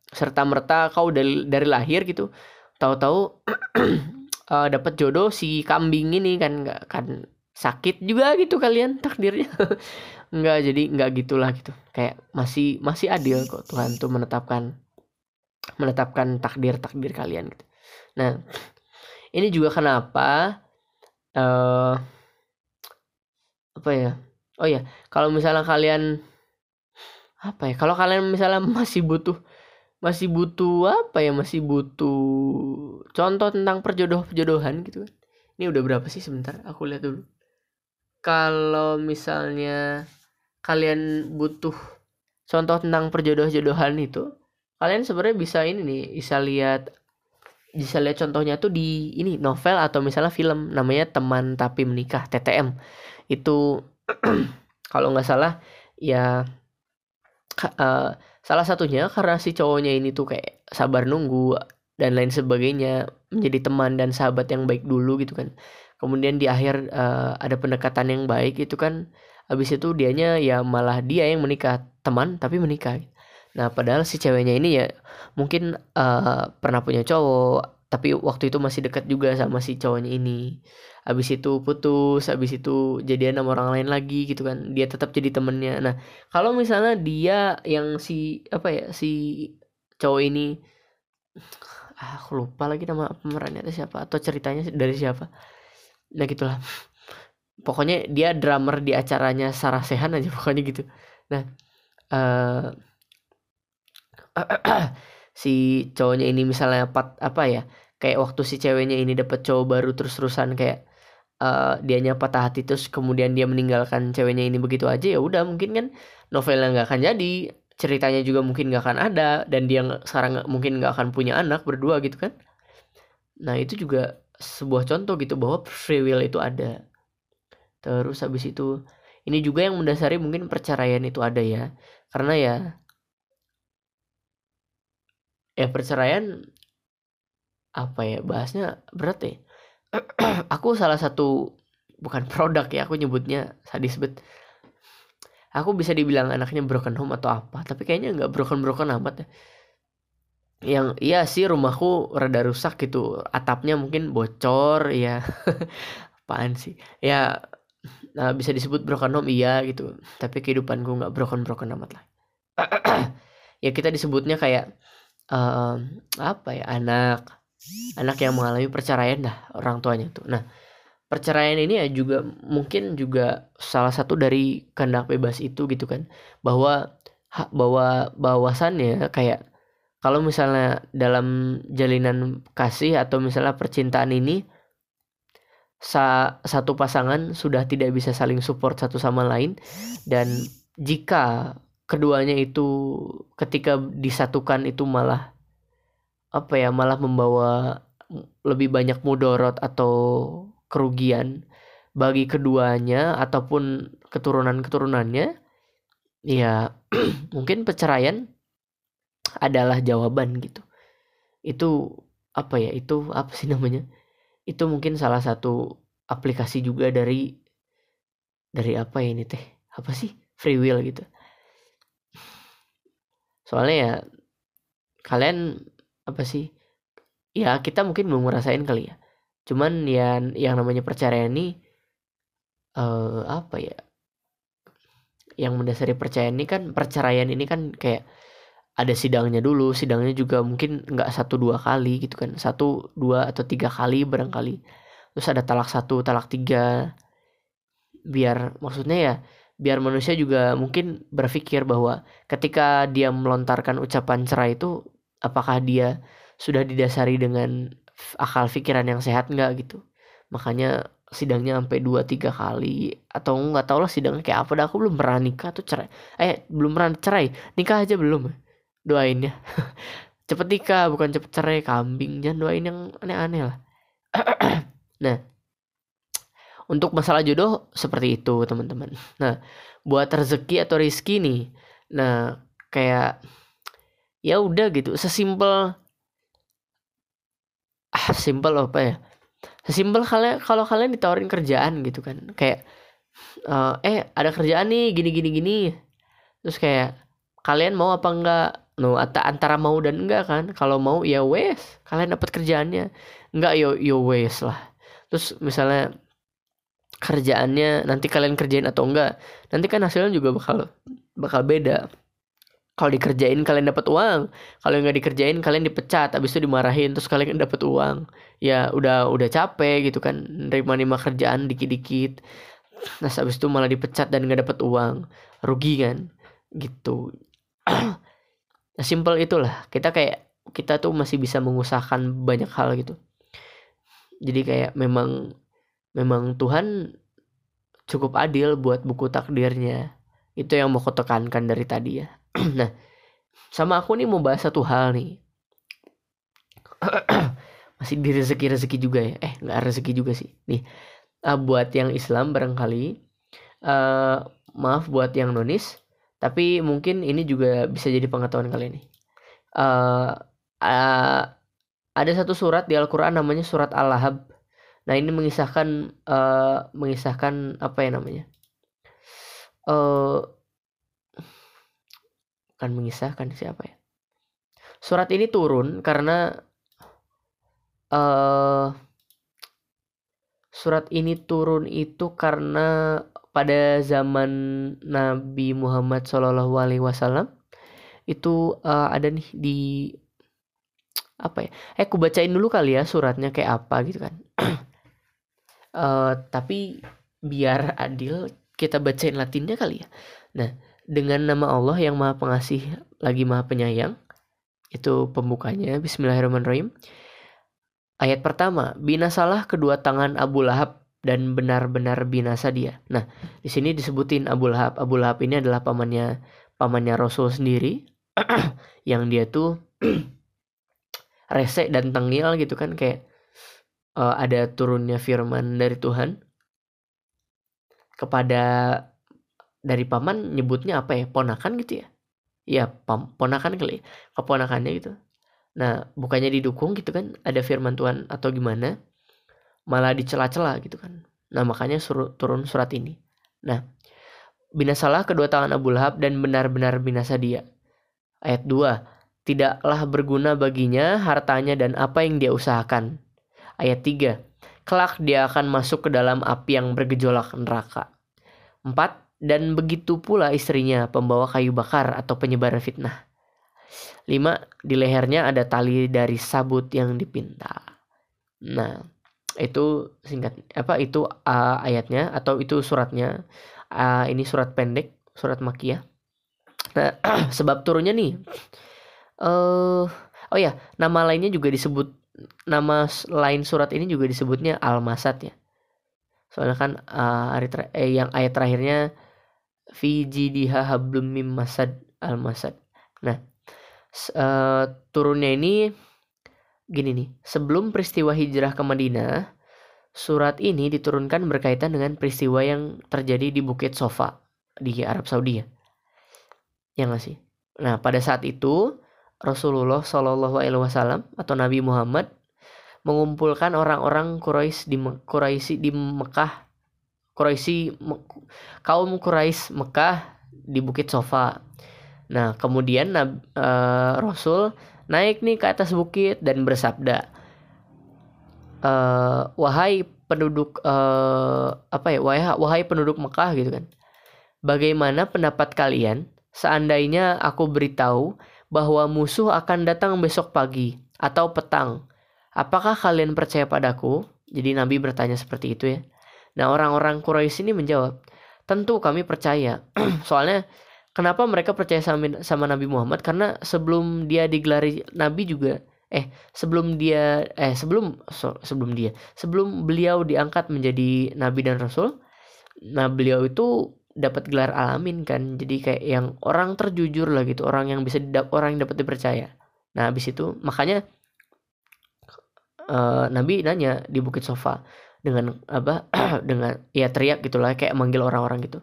A: serta merta kau dari lahir gitu tahu-tahu dapat jodoh si kambing ini kan, nggak kan sakit juga gitu kalian takdirnya. Nggak, jadi nggak gitulah gitu, kayak masih masih adil kok Tuhan tuh menetapkan takdir kalian gitu. Nah, ini juga kenapa eh apa ya, oh ya, kalau misalnya kalian apa ya, kalau kalian misalnya masih butuh apa ya, masih butuh contoh tentang perjodohan gitu kan. Ini udah berapa sih, sebentar aku lihat dulu. Kalau misalnya kalian butuh contoh tentang perjodohan itu, kalian sebenarnya bisa ini nih, bisa lihat contohnya tuh di ini novel atau misalnya film namanya Teman Tapi Menikah, TTM. Itu kalau nggak salah ya, eh, salah satunya karena si cowoknya ini tuh kayak sabar nunggu dan lain sebagainya, menjadi teman dan sahabat yang baik dulu gitu kan. Kemudian di akhir ada pendekatan yang baik itu kan, habis itu dianya ya malah dia yang menikah, teman tapi menikah. Nah, padahal si ceweknya ini ya mungkin pernah punya cowok, tapi waktu itu masih dekat juga sama si cowoknya ini. Habis itu putus, habis itu jadian sama orang lain lagi gitu kan. Dia tetap jadi temennya. Nah, kalau misalnya dia yang si apa ya, si cowok ini, aku lupa lagi nama pemerannya itu siapa atau ceritanya dari siapa. Nah, gitulah. Pokoknya dia drummer di acaranya Sarah Sechan aja pokoknya gitu. Nah, eh si cowoknya ini misalnya apa ya, kayak waktu si ceweknya ini dapat cowok baru terus-terusan kayak dianya patah hati terus kemudian dia meninggalkan ceweknya ini begitu aja, ya udah mungkin kan novelnya nggak akan jadi, ceritanya juga mungkin nggak akan ada, dan dia sekarang mungkin nggak akan punya anak berdua gitu kan. Nah, itu juga sebuah contoh gitu bahwa free will itu ada. Terus habis itu ini juga yang mendasari mungkin perceraian itu ada ya, karena ya perceraian apa ya, bahasnya berat ya. Aku salah satu, bukan produk ya, aku nyebutnya sadis bet. Aku bisa dibilang anaknya broken home atau apa, tapi kayaknya nggak broken amat ya. Yang iya sih, rumahku rada rusak gitu, atapnya mungkin bocor ya. Apaan sih ya, nah, bisa disebut broken home iya gitu, tapi kehidupanku nggak broken amat lah. Ya kita disebutnya kayak apa ya, anak yang mengalami perceraian dah orang tuanya tuh. Nah, perceraian ini ya juga mungkin juga salah satu dari kehendak bebas itu gitu kan, bahwa bahwasannya kayak kalau misalnya dalam jalinan kasih atau misalnya percintaan ini satu pasangan sudah tidak bisa saling support satu sama lain, dan jika keduanya itu ketika disatukan itu malah apa ya, malah membawa lebih banyak mudorot atau kerugian bagi keduanya ataupun keturunan-keturunannya, ya mungkin perceraian adalah jawaban gitu. Itu apa ya, itu apa sih namanya, itu mungkin salah satu aplikasi juga dari apa ya, ini teh apa sih, free will gitu. Soalnya ya kalian apa sih, ya kita mungkin belum ngerasain kali ya, cuman ya yang namanya perceraian ini apa ya, yang mendasari perceraian ini kan kayak ada sidangnya dulu, sidangnya juga mungkin nggak 1 2 kali gitu kan, 1 2 atau 3 kali barangkali, terus ada talak 1 talak 3, biar maksudnya ya biar manusia juga mungkin berpikir bahwa ketika dia melontarkan ucapan cerai itu, apakah dia sudah didasari dengan akal pikiran yang sehat nggak gitu. Makanya sidangnya sampai 2 3 kali, atau nggak tahu lah sidangnya kayak apa dah, aku belum pernah nikah tuh cerai, belum pernah cerai, nikah aja belum. Doain ya cepet nikah bukan cepet cerai, kambing, jangan doain yang aneh-aneh lah. Nah, untuk masalah jodoh seperti itu teman-teman. Nah, buat rezeki atau rizki nih, nah kayak ya udah gitu, simpel apa ya, sesimpel kalian, kalau kalian ditawarin kerjaan gitu kan, kayak ada kerjaan nih gini gini gini, terus kayak kalian mau apa enggak, no, antara mau dan enggak kan. Kalau mau ya wes, kalian dapat kerjaannya. Enggak yo wes lah. Terus misalnya kerjaannya nanti kalian kerjain atau enggak, nanti kan hasilnya juga bakal beda. Kalau dikerjain kalian dapat uang, kalau nggak dikerjain kalian dipecat, habis itu dimarahin, terus kalian dapat uang. Ya udah capek gitu kan, nerima kerjaan dikit-dikit. Nah habis itu malah dipecat dan nggak dapat uang, rugi kan, gitu. Nah, simple itulah. Kita tuh masih bisa mengusahakan banyak hal gitu. Jadi kayak memang Tuhan cukup adil buat buku takdirnya. Itu yang mau aku tekankan dari tadi ya. Nah, sama aku nih mau bahas satu hal nih. Masih di rezeki juga ya. Nggak rezeki juga sih. Nih, buat yang Islam barangkali, maaf buat yang nonis, tapi mungkin ini juga bisa jadi pengetahuan kalian nih. Ada satu surat di Al-Quran namanya surat Al-Lahab. Nah ini mengisahkan apa ya namanya? Bukan mengisahkan siapa ya? Surat ini turun karena surat ini turun itu karena pada zaman Nabi Muhammad SAW itu ada nih di apa ya? Aku bacain dulu kali ya suratnya kayak apa gitu kan. Tapi biar adil kita bacain Latinnya kali ya. Nah, dengan nama Allah yang Maha Pengasih lagi Maha Penyayang, itu pembukanya. Bismillahirrahmanirrahim. Ayat pertama, binasalah kedua tangan Abu Lahab dan benar-benar binasa dia. Nah, di sini disebutin Abu Lahab. Abu Lahab ini adalah pamannya Rasul sendiri yang dia tuh rese dan tengil gitu kan, kayak ada turunnya firman dari Tuhan kepada dari paman, nyebutnya apa ya, ponakan gitu ya. Ya ponakan kali, keponakannya gitu. Nah bukannya didukung gitu kan, ada firman Tuhan atau gimana, malah dicela-cela gitu kan. Nah makanya turun surat ini. Nah, binasalah kedua tangan Abu Lahab dan benar-benar binasa dia. Ayat 2, tidaklah berguna baginya hartanya dan apa yang dia usahakan. Ayat 3, kelak dia akan masuk ke dalam api yang bergejolak neraka. 4, dan begitu pula istrinya, pembawa kayu bakar atau penyebar fitnah. 5, di lehernya ada tali dari sabut yang dipinta. Nah, itu itu ayatnya atau itu suratnya. Ini surat pendek, surat Makkiyah. Nah, sebab turunnya nih. Oh ya, nama lainnya juga disebut, nama lain surat ini juga disebutnya Al-Masad ya. Soalnya kan yang ayat terakhirnya fi jidiha hablum mim masad Al-Masad. Nah, turunnya ini gini nih. Sebelum peristiwa hijrah ke Madinah, surat ini diturunkan berkaitan dengan peristiwa yang terjadi di Bukit Sofa di Arab Saudi ya. Ya nggak sih? Nah, pada saat itu Rasulullah SAW atau Nabi Muhammad mengumpulkan orang-orang Quraisy di Mekah, kaum Quraisy Mekah di Bukit Sofa. Nah, kemudian Rasul naik nih ke atas bukit dan bersabda, wahai penduduk wahai penduduk Mekah gitu kan. Bagaimana pendapat kalian seandainya aku beritahu bahwa musuh akan datang besok pagi atau petang? Apakah kalian percaya padaku? Jadi Nabi bertanya seperti itu ya. Nah, orang-orang Quraisy ini menjawab, tentu kami percaya. Soalnya kenapa mereka percaya sama Nabi Muhammad? Karena sebelum dia digelari Nabi juga, sebelum beliau diangkat menjadi Nabi dan Rasul, nah beliau itu dapat gelar alamin kan, jadi kayak yang orang terjujur lah gitu, orang yang dapat dipercaya. Nah habis itu makanya Nabi nanya di Bukit Sofa dengan dengan ya teriak gitulah, kayak manggil orang-orang gitu.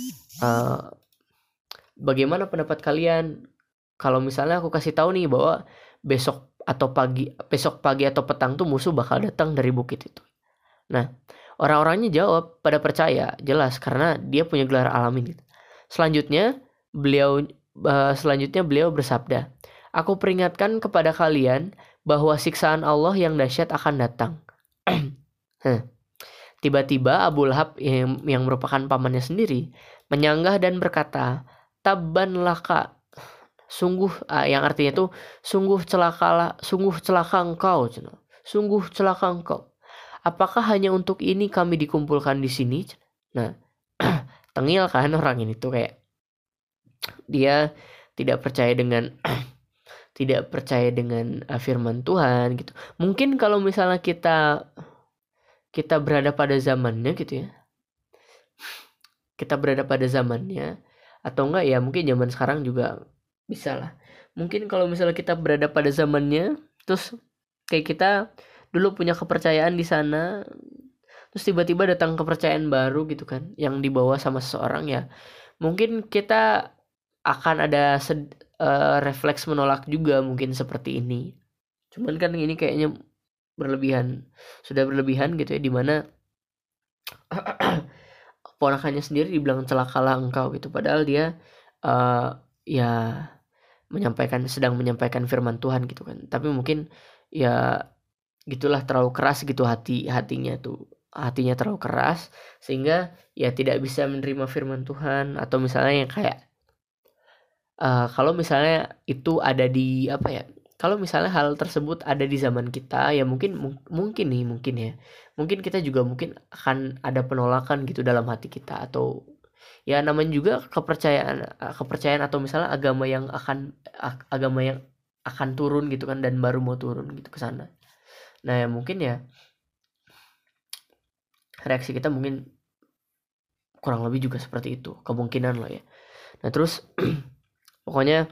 A: Bagaimana pendapat kalian kalau misalnya aku kasih tahu nih bahwa besok pagi atau petang tuh musuh bakal datang dari bukit itu. Nah, orang-orangnya jawab pada percaya, jelas karena dia punya gelar alamin gitu. Selanjutnya selanjutnya beliau bersabda, "Aku peringatkan kepada kalian bahwa siksaan Allah yang dahsyat akan datang." Tiba-tiba Abu Lahab yang merupakan pamannya sendiri menyanggah dan berkata, "Tabban laka." Sungguh, yang artinya itu sungguh celaka engkau, sungguh celaka engkau. Apakah hanya untuk ini kami dikumpulkan di sini? Nah, tengil kan orang ini tuh, kayak dia tidak percaya dengan tidak percaya dengan firman Tuhan gitu. Mungkin kalau misalnya kita berada pada zamannya gitu ya. Kita berada pada zamannya, atau enggak ya mungkin zaman sekarang juga bisa lah. Mungkin kalau misalnya kita berada pada zamannya, terus kayak kita dulu punya kepercayaan di sana, terus tiba-tiba datang kepercayaan baru gitu kan, yang dibawa sama seseorang, ya mungkin kita akan ada refleks menolak juga mungkin seperti ini. Cuman kan ini kayaknya sudah berlebihan gitu ya, dimana ponakannya sendiri dibilang celakalah engkau gitu, padahal dia ya sedang menyampaikan firman Tuhan gitu kan, tapi mungkin ya gitulah, terlalu keras gitu hatinya terlalu keras sehingga ya tidak bisa menerima firman Tuhan. Atau misalnya yang kayak kalau misalnya itu ada di apa ya, kalau misalnya hal tersebut ada di zaman kita, ya mungkin ya mungkin kita juga mungkin akan ada penolakan gitu dalam hati kita. Atau ya namanya juga kepercayaan atau misalnya agama yang akan turun gitu kan, dan baru mau turun gitu ke sana. Nah ya mungkin ya reaksi kita mungkin kurang lebih juga seperti itu, kemungkinan lah ya. Nah terus pokoknya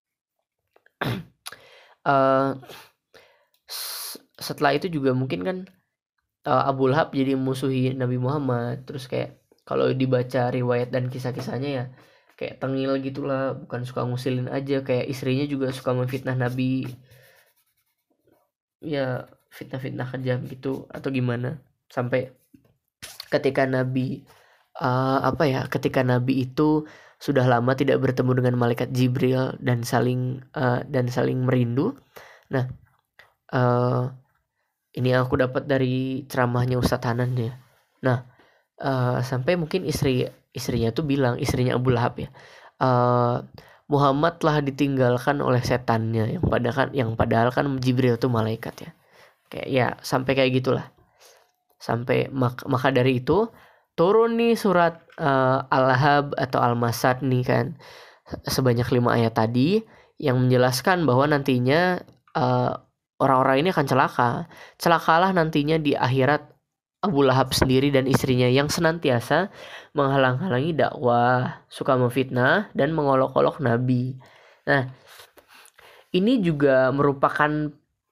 A: setelah itu juga mungkin kan Abu Lahab jadi musuhi Nabi Muhammad. Terus kayak kalau dibaca riwayat dan kisah-kisahnya ya kayak tengil gitulah, bukan suka ngusilin aja, kayak istrinya juga suka memfitnah Nabi, ya fitnah-fitnah kejam gitu atau gimana. Sampai ketika Nabi ketika Nabi itu sudah lama tidak bertemu dengan malaikat Jibril dan saling merindu. Nah ini aku dapat dari ceramahnya Ustadz Hanan ya. Nah sampai mungkin istrinya tuh bilang, istrinya Abu Lahab ya, Muhammad telah ditinggalkan oleh setannya, yang padahal kan Jibril tuh malaikat ya. Kayak ya sampai kayak gitulah. Sampai maka dari itu turun nih surat Al-Lahab atau Al-Masad nih kan, sebanyak 5 ayat tadi yang menjelaskan bahwa nantinya orang-orang ini akan celakalah nantinya di akhirat Abu Lahab sendiri dan istrinya yang senantiasa menghalang-halangi dakwah, suka memfitnah dan mengolok-olok Nabi. Nah, ini juga merupakan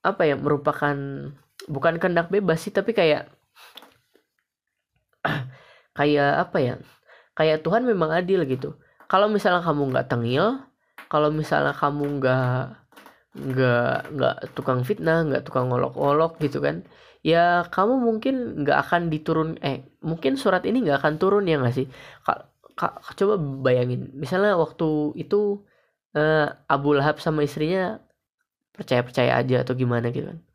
A: bukan kehendak bebas sih, tapi kayak kayak Tuhan memang adil gitu. Kalau misalnya kamu nggak tengil, kalau misalnya kamu nggak tukang fitnah, nggak tukang ngolok-olok gitu kan, ya kamu mungkin nggak akan mungkin surat ini nggak akan turun, ya nggak sih. Coba bayangin misalnya waktu itu Abu Lahab sama istrinya percaya aja atau gimana gitu kan.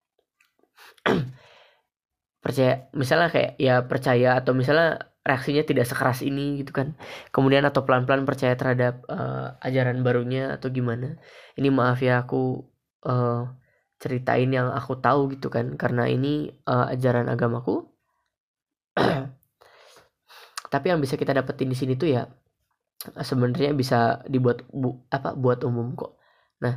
A: Percaya misalnya kayak ya percaya, atau misalnya reaksinya tidak sekeras ini gitu kan, kemudian atau pelan-pelan percaya terhadap ajaran barunya atau gimana. Ini maaf ya aku ceritain yang aku tahu gitu kan, karena ini ajaran agamaku. Tapi yang bisa kita dapetin di sini tuh ya sebenarnya bisa dibuat buat umum kok. Nah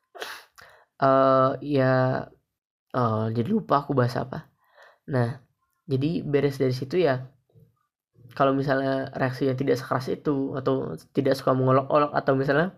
A: jadi lupa aku bahas apa. Nah jadi beres dari situ ya, kalau misalnya reaksinya tidak sekeras itu, atau tidak suka mengolok-olok, atau misalnya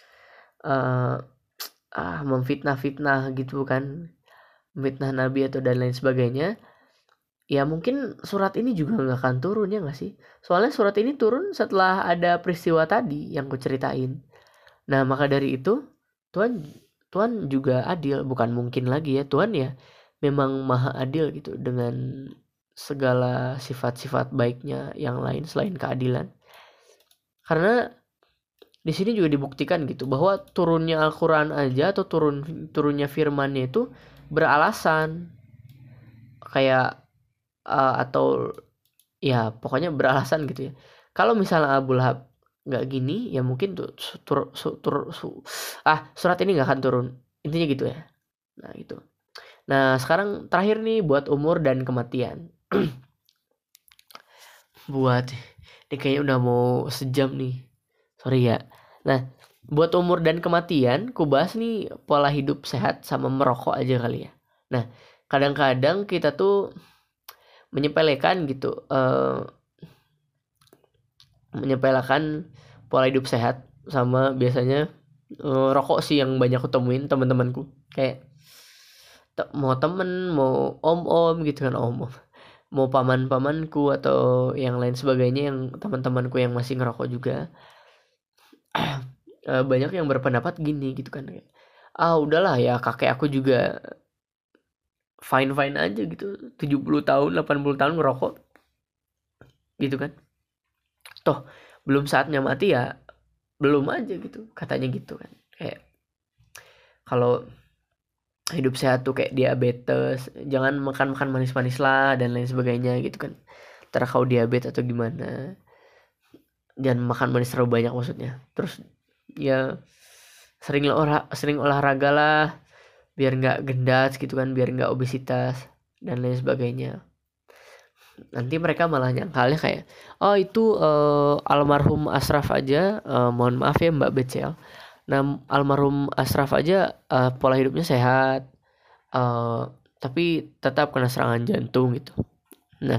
A: memfitnah gitu kan, memfitnah Nabi atau dan lain sebagainya, ya mungkin surat ini juga nggak akan turun, ya nggak sih. Soalnya surat ini turun setelah ada peristiwa tadi yang ku ceritain. Nah maka dari itu Tuhan juga adil, bukan mungkin lagi ya, Tuhan ya memang maha adil gitu dengan segala sifat-sifat baiknya yang lain selain keadilan. Karena di sini juga dibuktikan gitu bahwa turunnya Al-Qur'an aja atau turunnya firman-Nya itu beralasan, kayak atau ya pokoknya beralasan gitu ya. Kalau misalnya Abu Lahab nggak gini ya mungkin tuh surat ini nggak akan turun, intinya gitu ya. Nah itu. Nah sekarang terakhir nih buat umur dan kematian. Buat ini kayaknya udah mau sejam nih, sorry ya. Nah buat umur dan kematian ku bahas nih pola hidup sehat sama merokok aja kali ya. Nah kadang-kadang kita tuh menyepelekan gitu, menyepelekan pola hidup sehat sama biasanya rokok sih yang banyak aku temuin teman-temanku, kayak mau temen mau om-om gitu kan, om mau paman-pamanku atau yang lain sebagainya yang teman-temanku yang masih ngerokok juga. Banyak yang berpendapat gini gitu kan, kayak udahlah ya kakek aku juga fine-fine aja gitu 70 tahun 80 tahun ngerokok gitu kan, toh belum saatnya mati ya belum aja gitu katanya gitu kan. Kayak kalau hidup sehat tuh kayak diabetes, jangan makan manis-manis lah dan lain sebagainya gitu kan, ntar kau diabetes atau gimana, jangan makan manis terlalu banyak maksudnya. Terus ya sering olahraga lah biar nggak gendat gitu kan, biar nggak obesitas dan lain sebagainya. Nanti mereka malah nyangkalnya kayak itu almarhum Ashraf aja, mohon maaf ya Mbak Becel. Nah almarhum Ashraf aja pola hidupnya sehat, tapi tetap kena serangan jantung gitu. Nah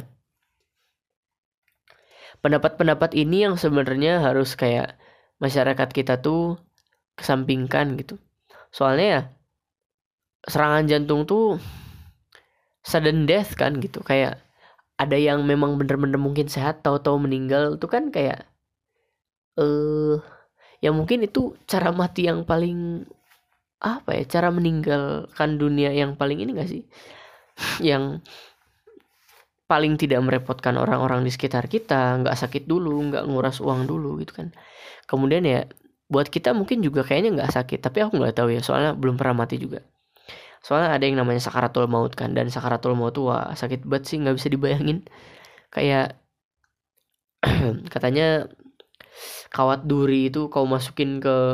A: pendapat-pendapat ini yang sebenarnya harus kayak masyarakat kita tuh kesampingkan gitu. Soalnya ya serangan jantung tuh sudden death kan gitu, kayak ada yang memang bener-bener mungkin sehat tahu-tahu meninggal tuh kan kayak ya mungkin itu cara mati yang paling apa ya, cara meninggalkan dunia yang paling ini gak sih, yang paling tidak merepotkan orang-orang di sekitar kita, nggak sakit dulu, nggak nguras uang dulu gitu kan. Kemudian ya buat kita mungkin juga kayaknya nggak sakit, tapi aku nggak tahu ya soalnya belum pernah mati juga. Soalnya ada yang namanya sakaratul maut kan, dan sakaratul maut tuh wah sakit banget sih, nggak bisa dibayangin. Kayak katanya kawat duri itu kau masukin ke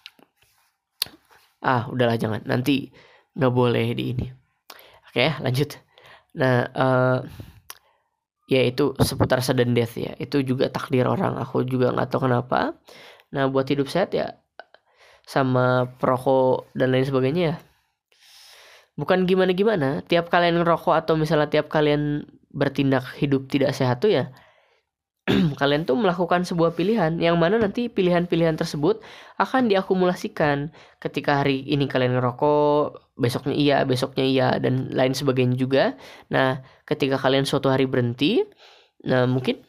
A: udahlah jangan, nanti nggak boleh di ini. Oke lanjut. Nah ya itu seputar sudden death ya, itu juga takdir orang, aku juga nggak tahu kenapa. Nah buat hidup sehat ya sama perokok dan lain sebagainya ya bukan gimana-gimana. Tiap kalian ngerokok atau misalnya tiap kalian bertindak hidup tidak sehat tuh ya kalian tuh melakukan sebuah pilihan yang mana nanti pilihan-pilihan tersebut akan diakumulasikan. Ketika hari ini kalian ngerokok, besoknya iya dan lain sebagainya juga. Nah ketika kalian suatu hari berhenti, nah mungkin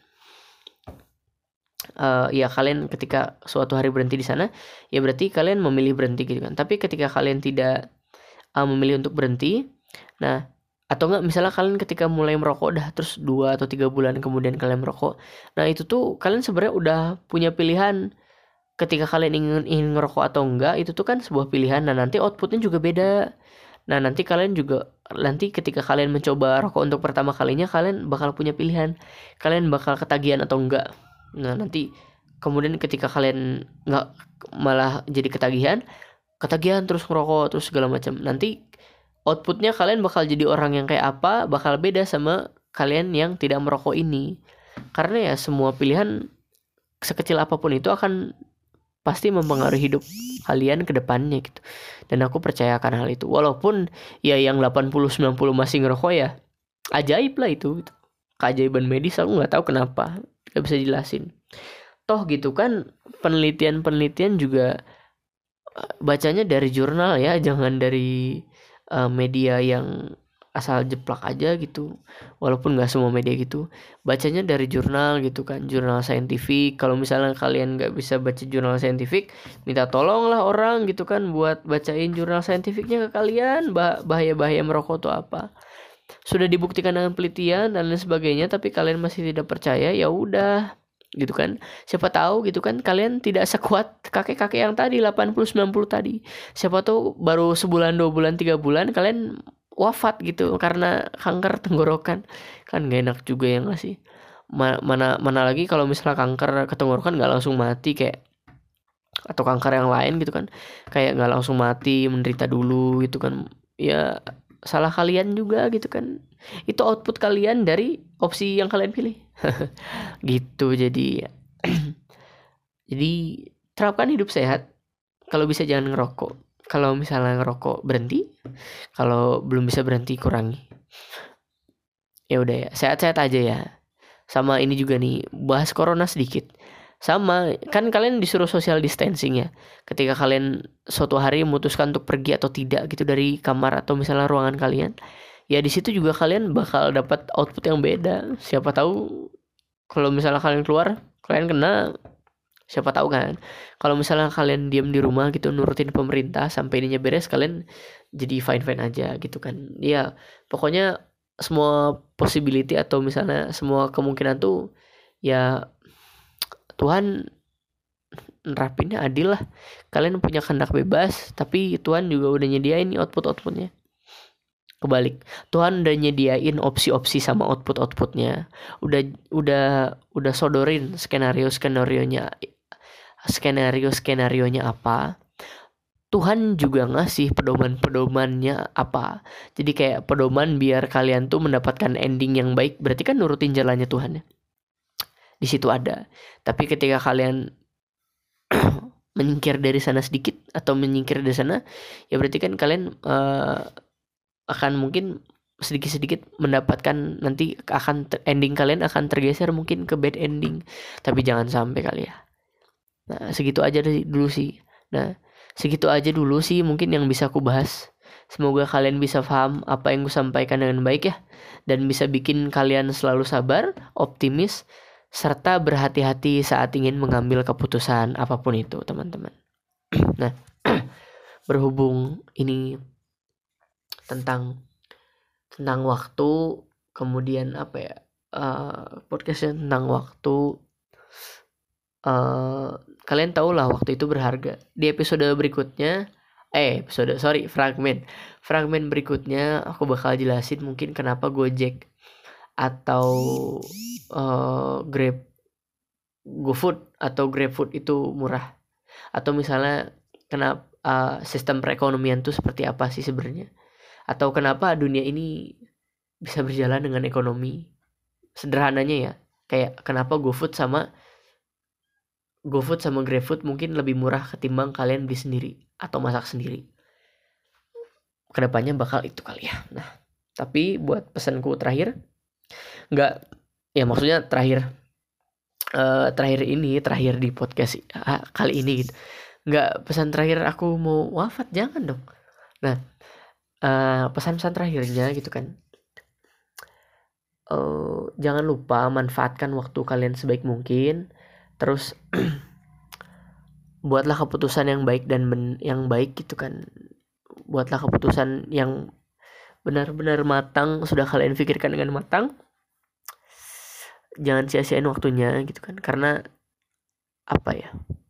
A: ya kalian ketika suatu hari berhenti di sana ya berarti kalian memilih berhenti gitu kan. Tapi ketika kalian tidak memilih untuk berhenti, nah atau enggak misalnya kalian ketika mulai merokok dah terus 2 atau 3 bulan kemudian kalian merokok, nah itu tuh kalian sebenarnya udah punya pilihan ketika kalian ingin ngerokok atau enggak. Itu tuh kan sebuah pilihan. Nah nanti outputnya juga beda. Nah nanti ketika kalian mencoba rokok untuk pertama kalinya, kalian bakal punya pilihan, kalian bakal ketagihan atau enggak. Nah nanti kemudian ketika kalian nggak, malah jadi ketagihan terus ngerokok terus segala macam, nanti outputnya kalian bakal jadi orang yang kayak apa, bakal beda sama kalian yang tidak merokok ini. Karena ya semua pilihan sekecil apapun itu akan pasti mempengaruhi hidup kalian ke depannya gitu. Dan aku percaya akan hal itu. Walaupun ya yang 80-90 masih ngerokok ya ajaib lah itu gitu. Keajaiban medis, aku nggak tahu kenapa, nggak bisa jelasin. Toh gitu kan penelitian juga bacanya dari jurnal ya, jangan dari media yang asal jeplak aja gitu. Walaupun nggak semua media gitu, bacanya dari jurnal gitu kan, jurnal saintifik. Kalau misalnya kalian nggak bisa baca jurnal saintifik, minta tolonglah orang gitu kan buat bacain jurnal saintifiknya ke kalian, bahaya-bahaya merokok tuh apa. Sudah dibuktikan dengan penelitian dan lain sebagainya, tapi kalian masih tidak percaya, ya udah gitu kan. Siapa tahu gitu kan kalian tidak sekuat kakek-kakek yang tadi 80-90 tadi. Siapa tahu baru sebulan, 2 bulan, 3 bulan kalian wafat gitu karena kanker tenggorokan. Kan gak enak juga ya gak sih? Mana lagi kalau misalnya kanker ke tenggorokan gak langsung mati kayak, atau kanker yang lain gitu kan, kayak nggak langsung mati, menderita dulu gitu kan, ya salah kalian juga gitu kan, itu output kalian dari opsi yang kalian pilih. Gitu. Jadi jadi terapkan hidup sehat, kalau bisa jangan ngerokok, kalau misalnya ngerokok berhenti, kalau belum bisa berhenti kurangi. Ya udah ya, sehat-sehat aja ya. Sama ini juga nih, bahas corona sedikit. Sama, kan kalian disuruh social distancing ya. Ketika kalian suatu hari memutuskan untuk pergi atau tidak gitu dari kamar atau misalnya ruangan kalian, ya di situ juga kalian bakal dapat output yang beda. Siapa tahu kalau misalnya kalian keluar, kalian kena, siapa tahu kan. Kalau misalnya kalian diam di rumah gitu nurutin pemerintah sampai ininya beres, kalian jadi fine-fine aja gitu kan. Ya, pokoknya semua possibility atau misalnya semua kemungkinan tuh ya Tuhan nerapinnya adil lah. Kalian punya kehendak bebas, tapi Tuhan juga udah nyediain nih output-outputnya. Kebalik, Tuhan udah nyediain opsi-opsi sama output-outputnya. Udah sodorin skenario-skenarionya apa. Tuhan juga ngasih pedoman-pedomannya apa. Jadi kayak pedoman biar kalian tuh mendapatkan ending yang baik, berarti kan nurutin jalannya Tuhan ya. Di situ ada. Tapi ketika kalian menyingkir dari sana sedikit atau menyingkir dari sana, ya berarti kan kalian akan mungkin sedikit-sedikit mendapatkan, nanti akan ending kalian akan tergeser mungkin ke bad ending. Tapi jangan sampai kali ya. Nah, segitu aja dulu sih. Nah, segitu aja dulu sih mungkin yang bisa aku bahas. Semoga kalian bisa paham apa yang gue sampaikan dengan baik ya, dan bisa bikin kalian selalu sabar, optimis, serta berhati-hati saat ingin mengambil keputusan apapun itu, teman-teman. Nah, berhubung ini tentang waktu, kemudian apa ya, podcastnya tentang waktu, kalian tahu lah waktu itu berharga. Di episode berikutnya, fragmen berikutnya aku bakal jelasin mungkin kenapa Gojek atau GoFood atau GrabFood itu murah, atau misalnya kenapa sistem perekonomian tuh seperti apa sih sebenarnya, atau kenapa dunia ini bisa berjalan dengan ekonomi sederhananya ya, kayak kenapa GoFood sama GrabFood mungkin lebih murah ketimbang kalian beli sendiri atau masak sendiri. Kedepannya bakal itu kali ya. Nah, tapi buat pesanku terakhir, nggak, ya maksudnya terakhir di podcast kali ini gitu. Nggak pesan terakhir aku mau wafat, jangan dong. Nah, pesan-pesan terakhirnya gitu kan, jangan lupa manfaatkan waktu kalian sebaik mungkin. Terus buatlah keputusan yang baik dan yang baik gitu kan. Buatlah keputusan yang benar-benar matang, sudah kalian pikirkan dengan matang. Jangan sia-siain waktunya gitu kan, karena apa ya,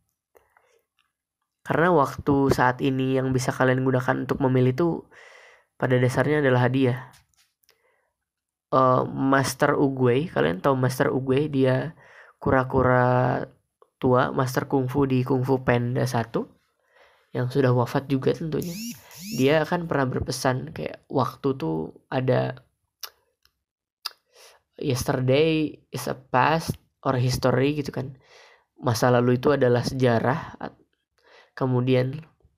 A: karena waktu saat ini yang bisa kalian gunakan untuk memilih itu pada dasarnya adalah hadiah. Master Oogway, kalian tahu Master Oogway? Dia kura-kura tua, master kungfu di Kung Fu Panda 1 yang sudah wafat juga tentunya. Dia kan pernah berpesan kayak waktu tuh ada yesterday is a past or history gitu kan. Masa lalu itu adalah sejarah, kemudian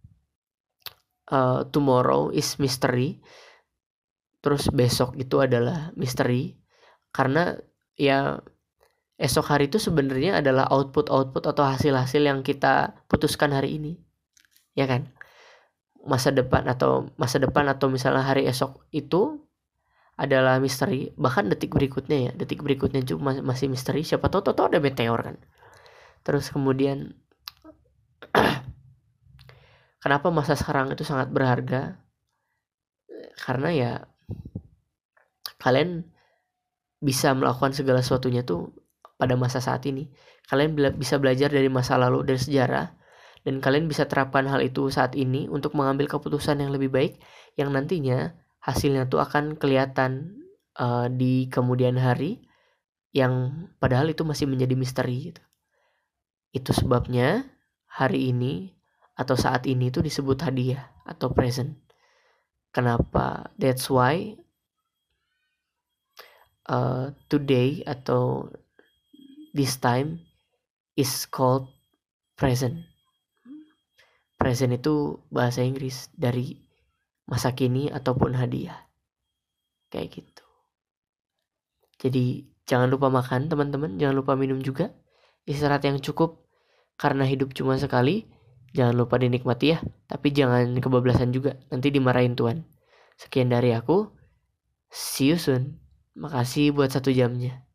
A: tomorrow is mystery, terus besok itu adalah misteri, karena ya esok hari itu sebenarnya adalah output atau hasil-hasil yang kita putuskan hari ini, ya kan? Masa depan atau misalnya hari esok itu adalah misteri, bahkan detik berikutnya itu masih misteri. Siapa tahu ada meteor kan. Terus kemudian kenapa masa sekarang itu sangat berharga? Karena ya kalian bisa melakukan segala sesuatunya tuh pada masa saat ini. Kalian bisa belajar dari masa lalu, dari sejarah, dan kalian bisa terapkan hal itu saat ini untuk mengambil keputusan yang lebih baik yang nantinya hasilnya tuh akan kelihatan di kemudian hari, yang padahal itu masih menjadi misteri gitu. Itu sebabnya hari ini atau saat ini tuh disebut hadiah atau present. Kenapa? That's why today atau this time is called present. Present itu bahasa Inggris dari masa kini ataupun hadiah. Kayak gitu. Jadi jangan lupa makan teman-teman, jangan lupa minum juga. Istirahat yang cukup karena hidup cuma sekali. Jangan lupa dinikmati ya, tapi jangan kebablasan juga, nanti dimarahin Tuhan. Sekian dari aku. See you soon. Makasih buat 1 jamnya.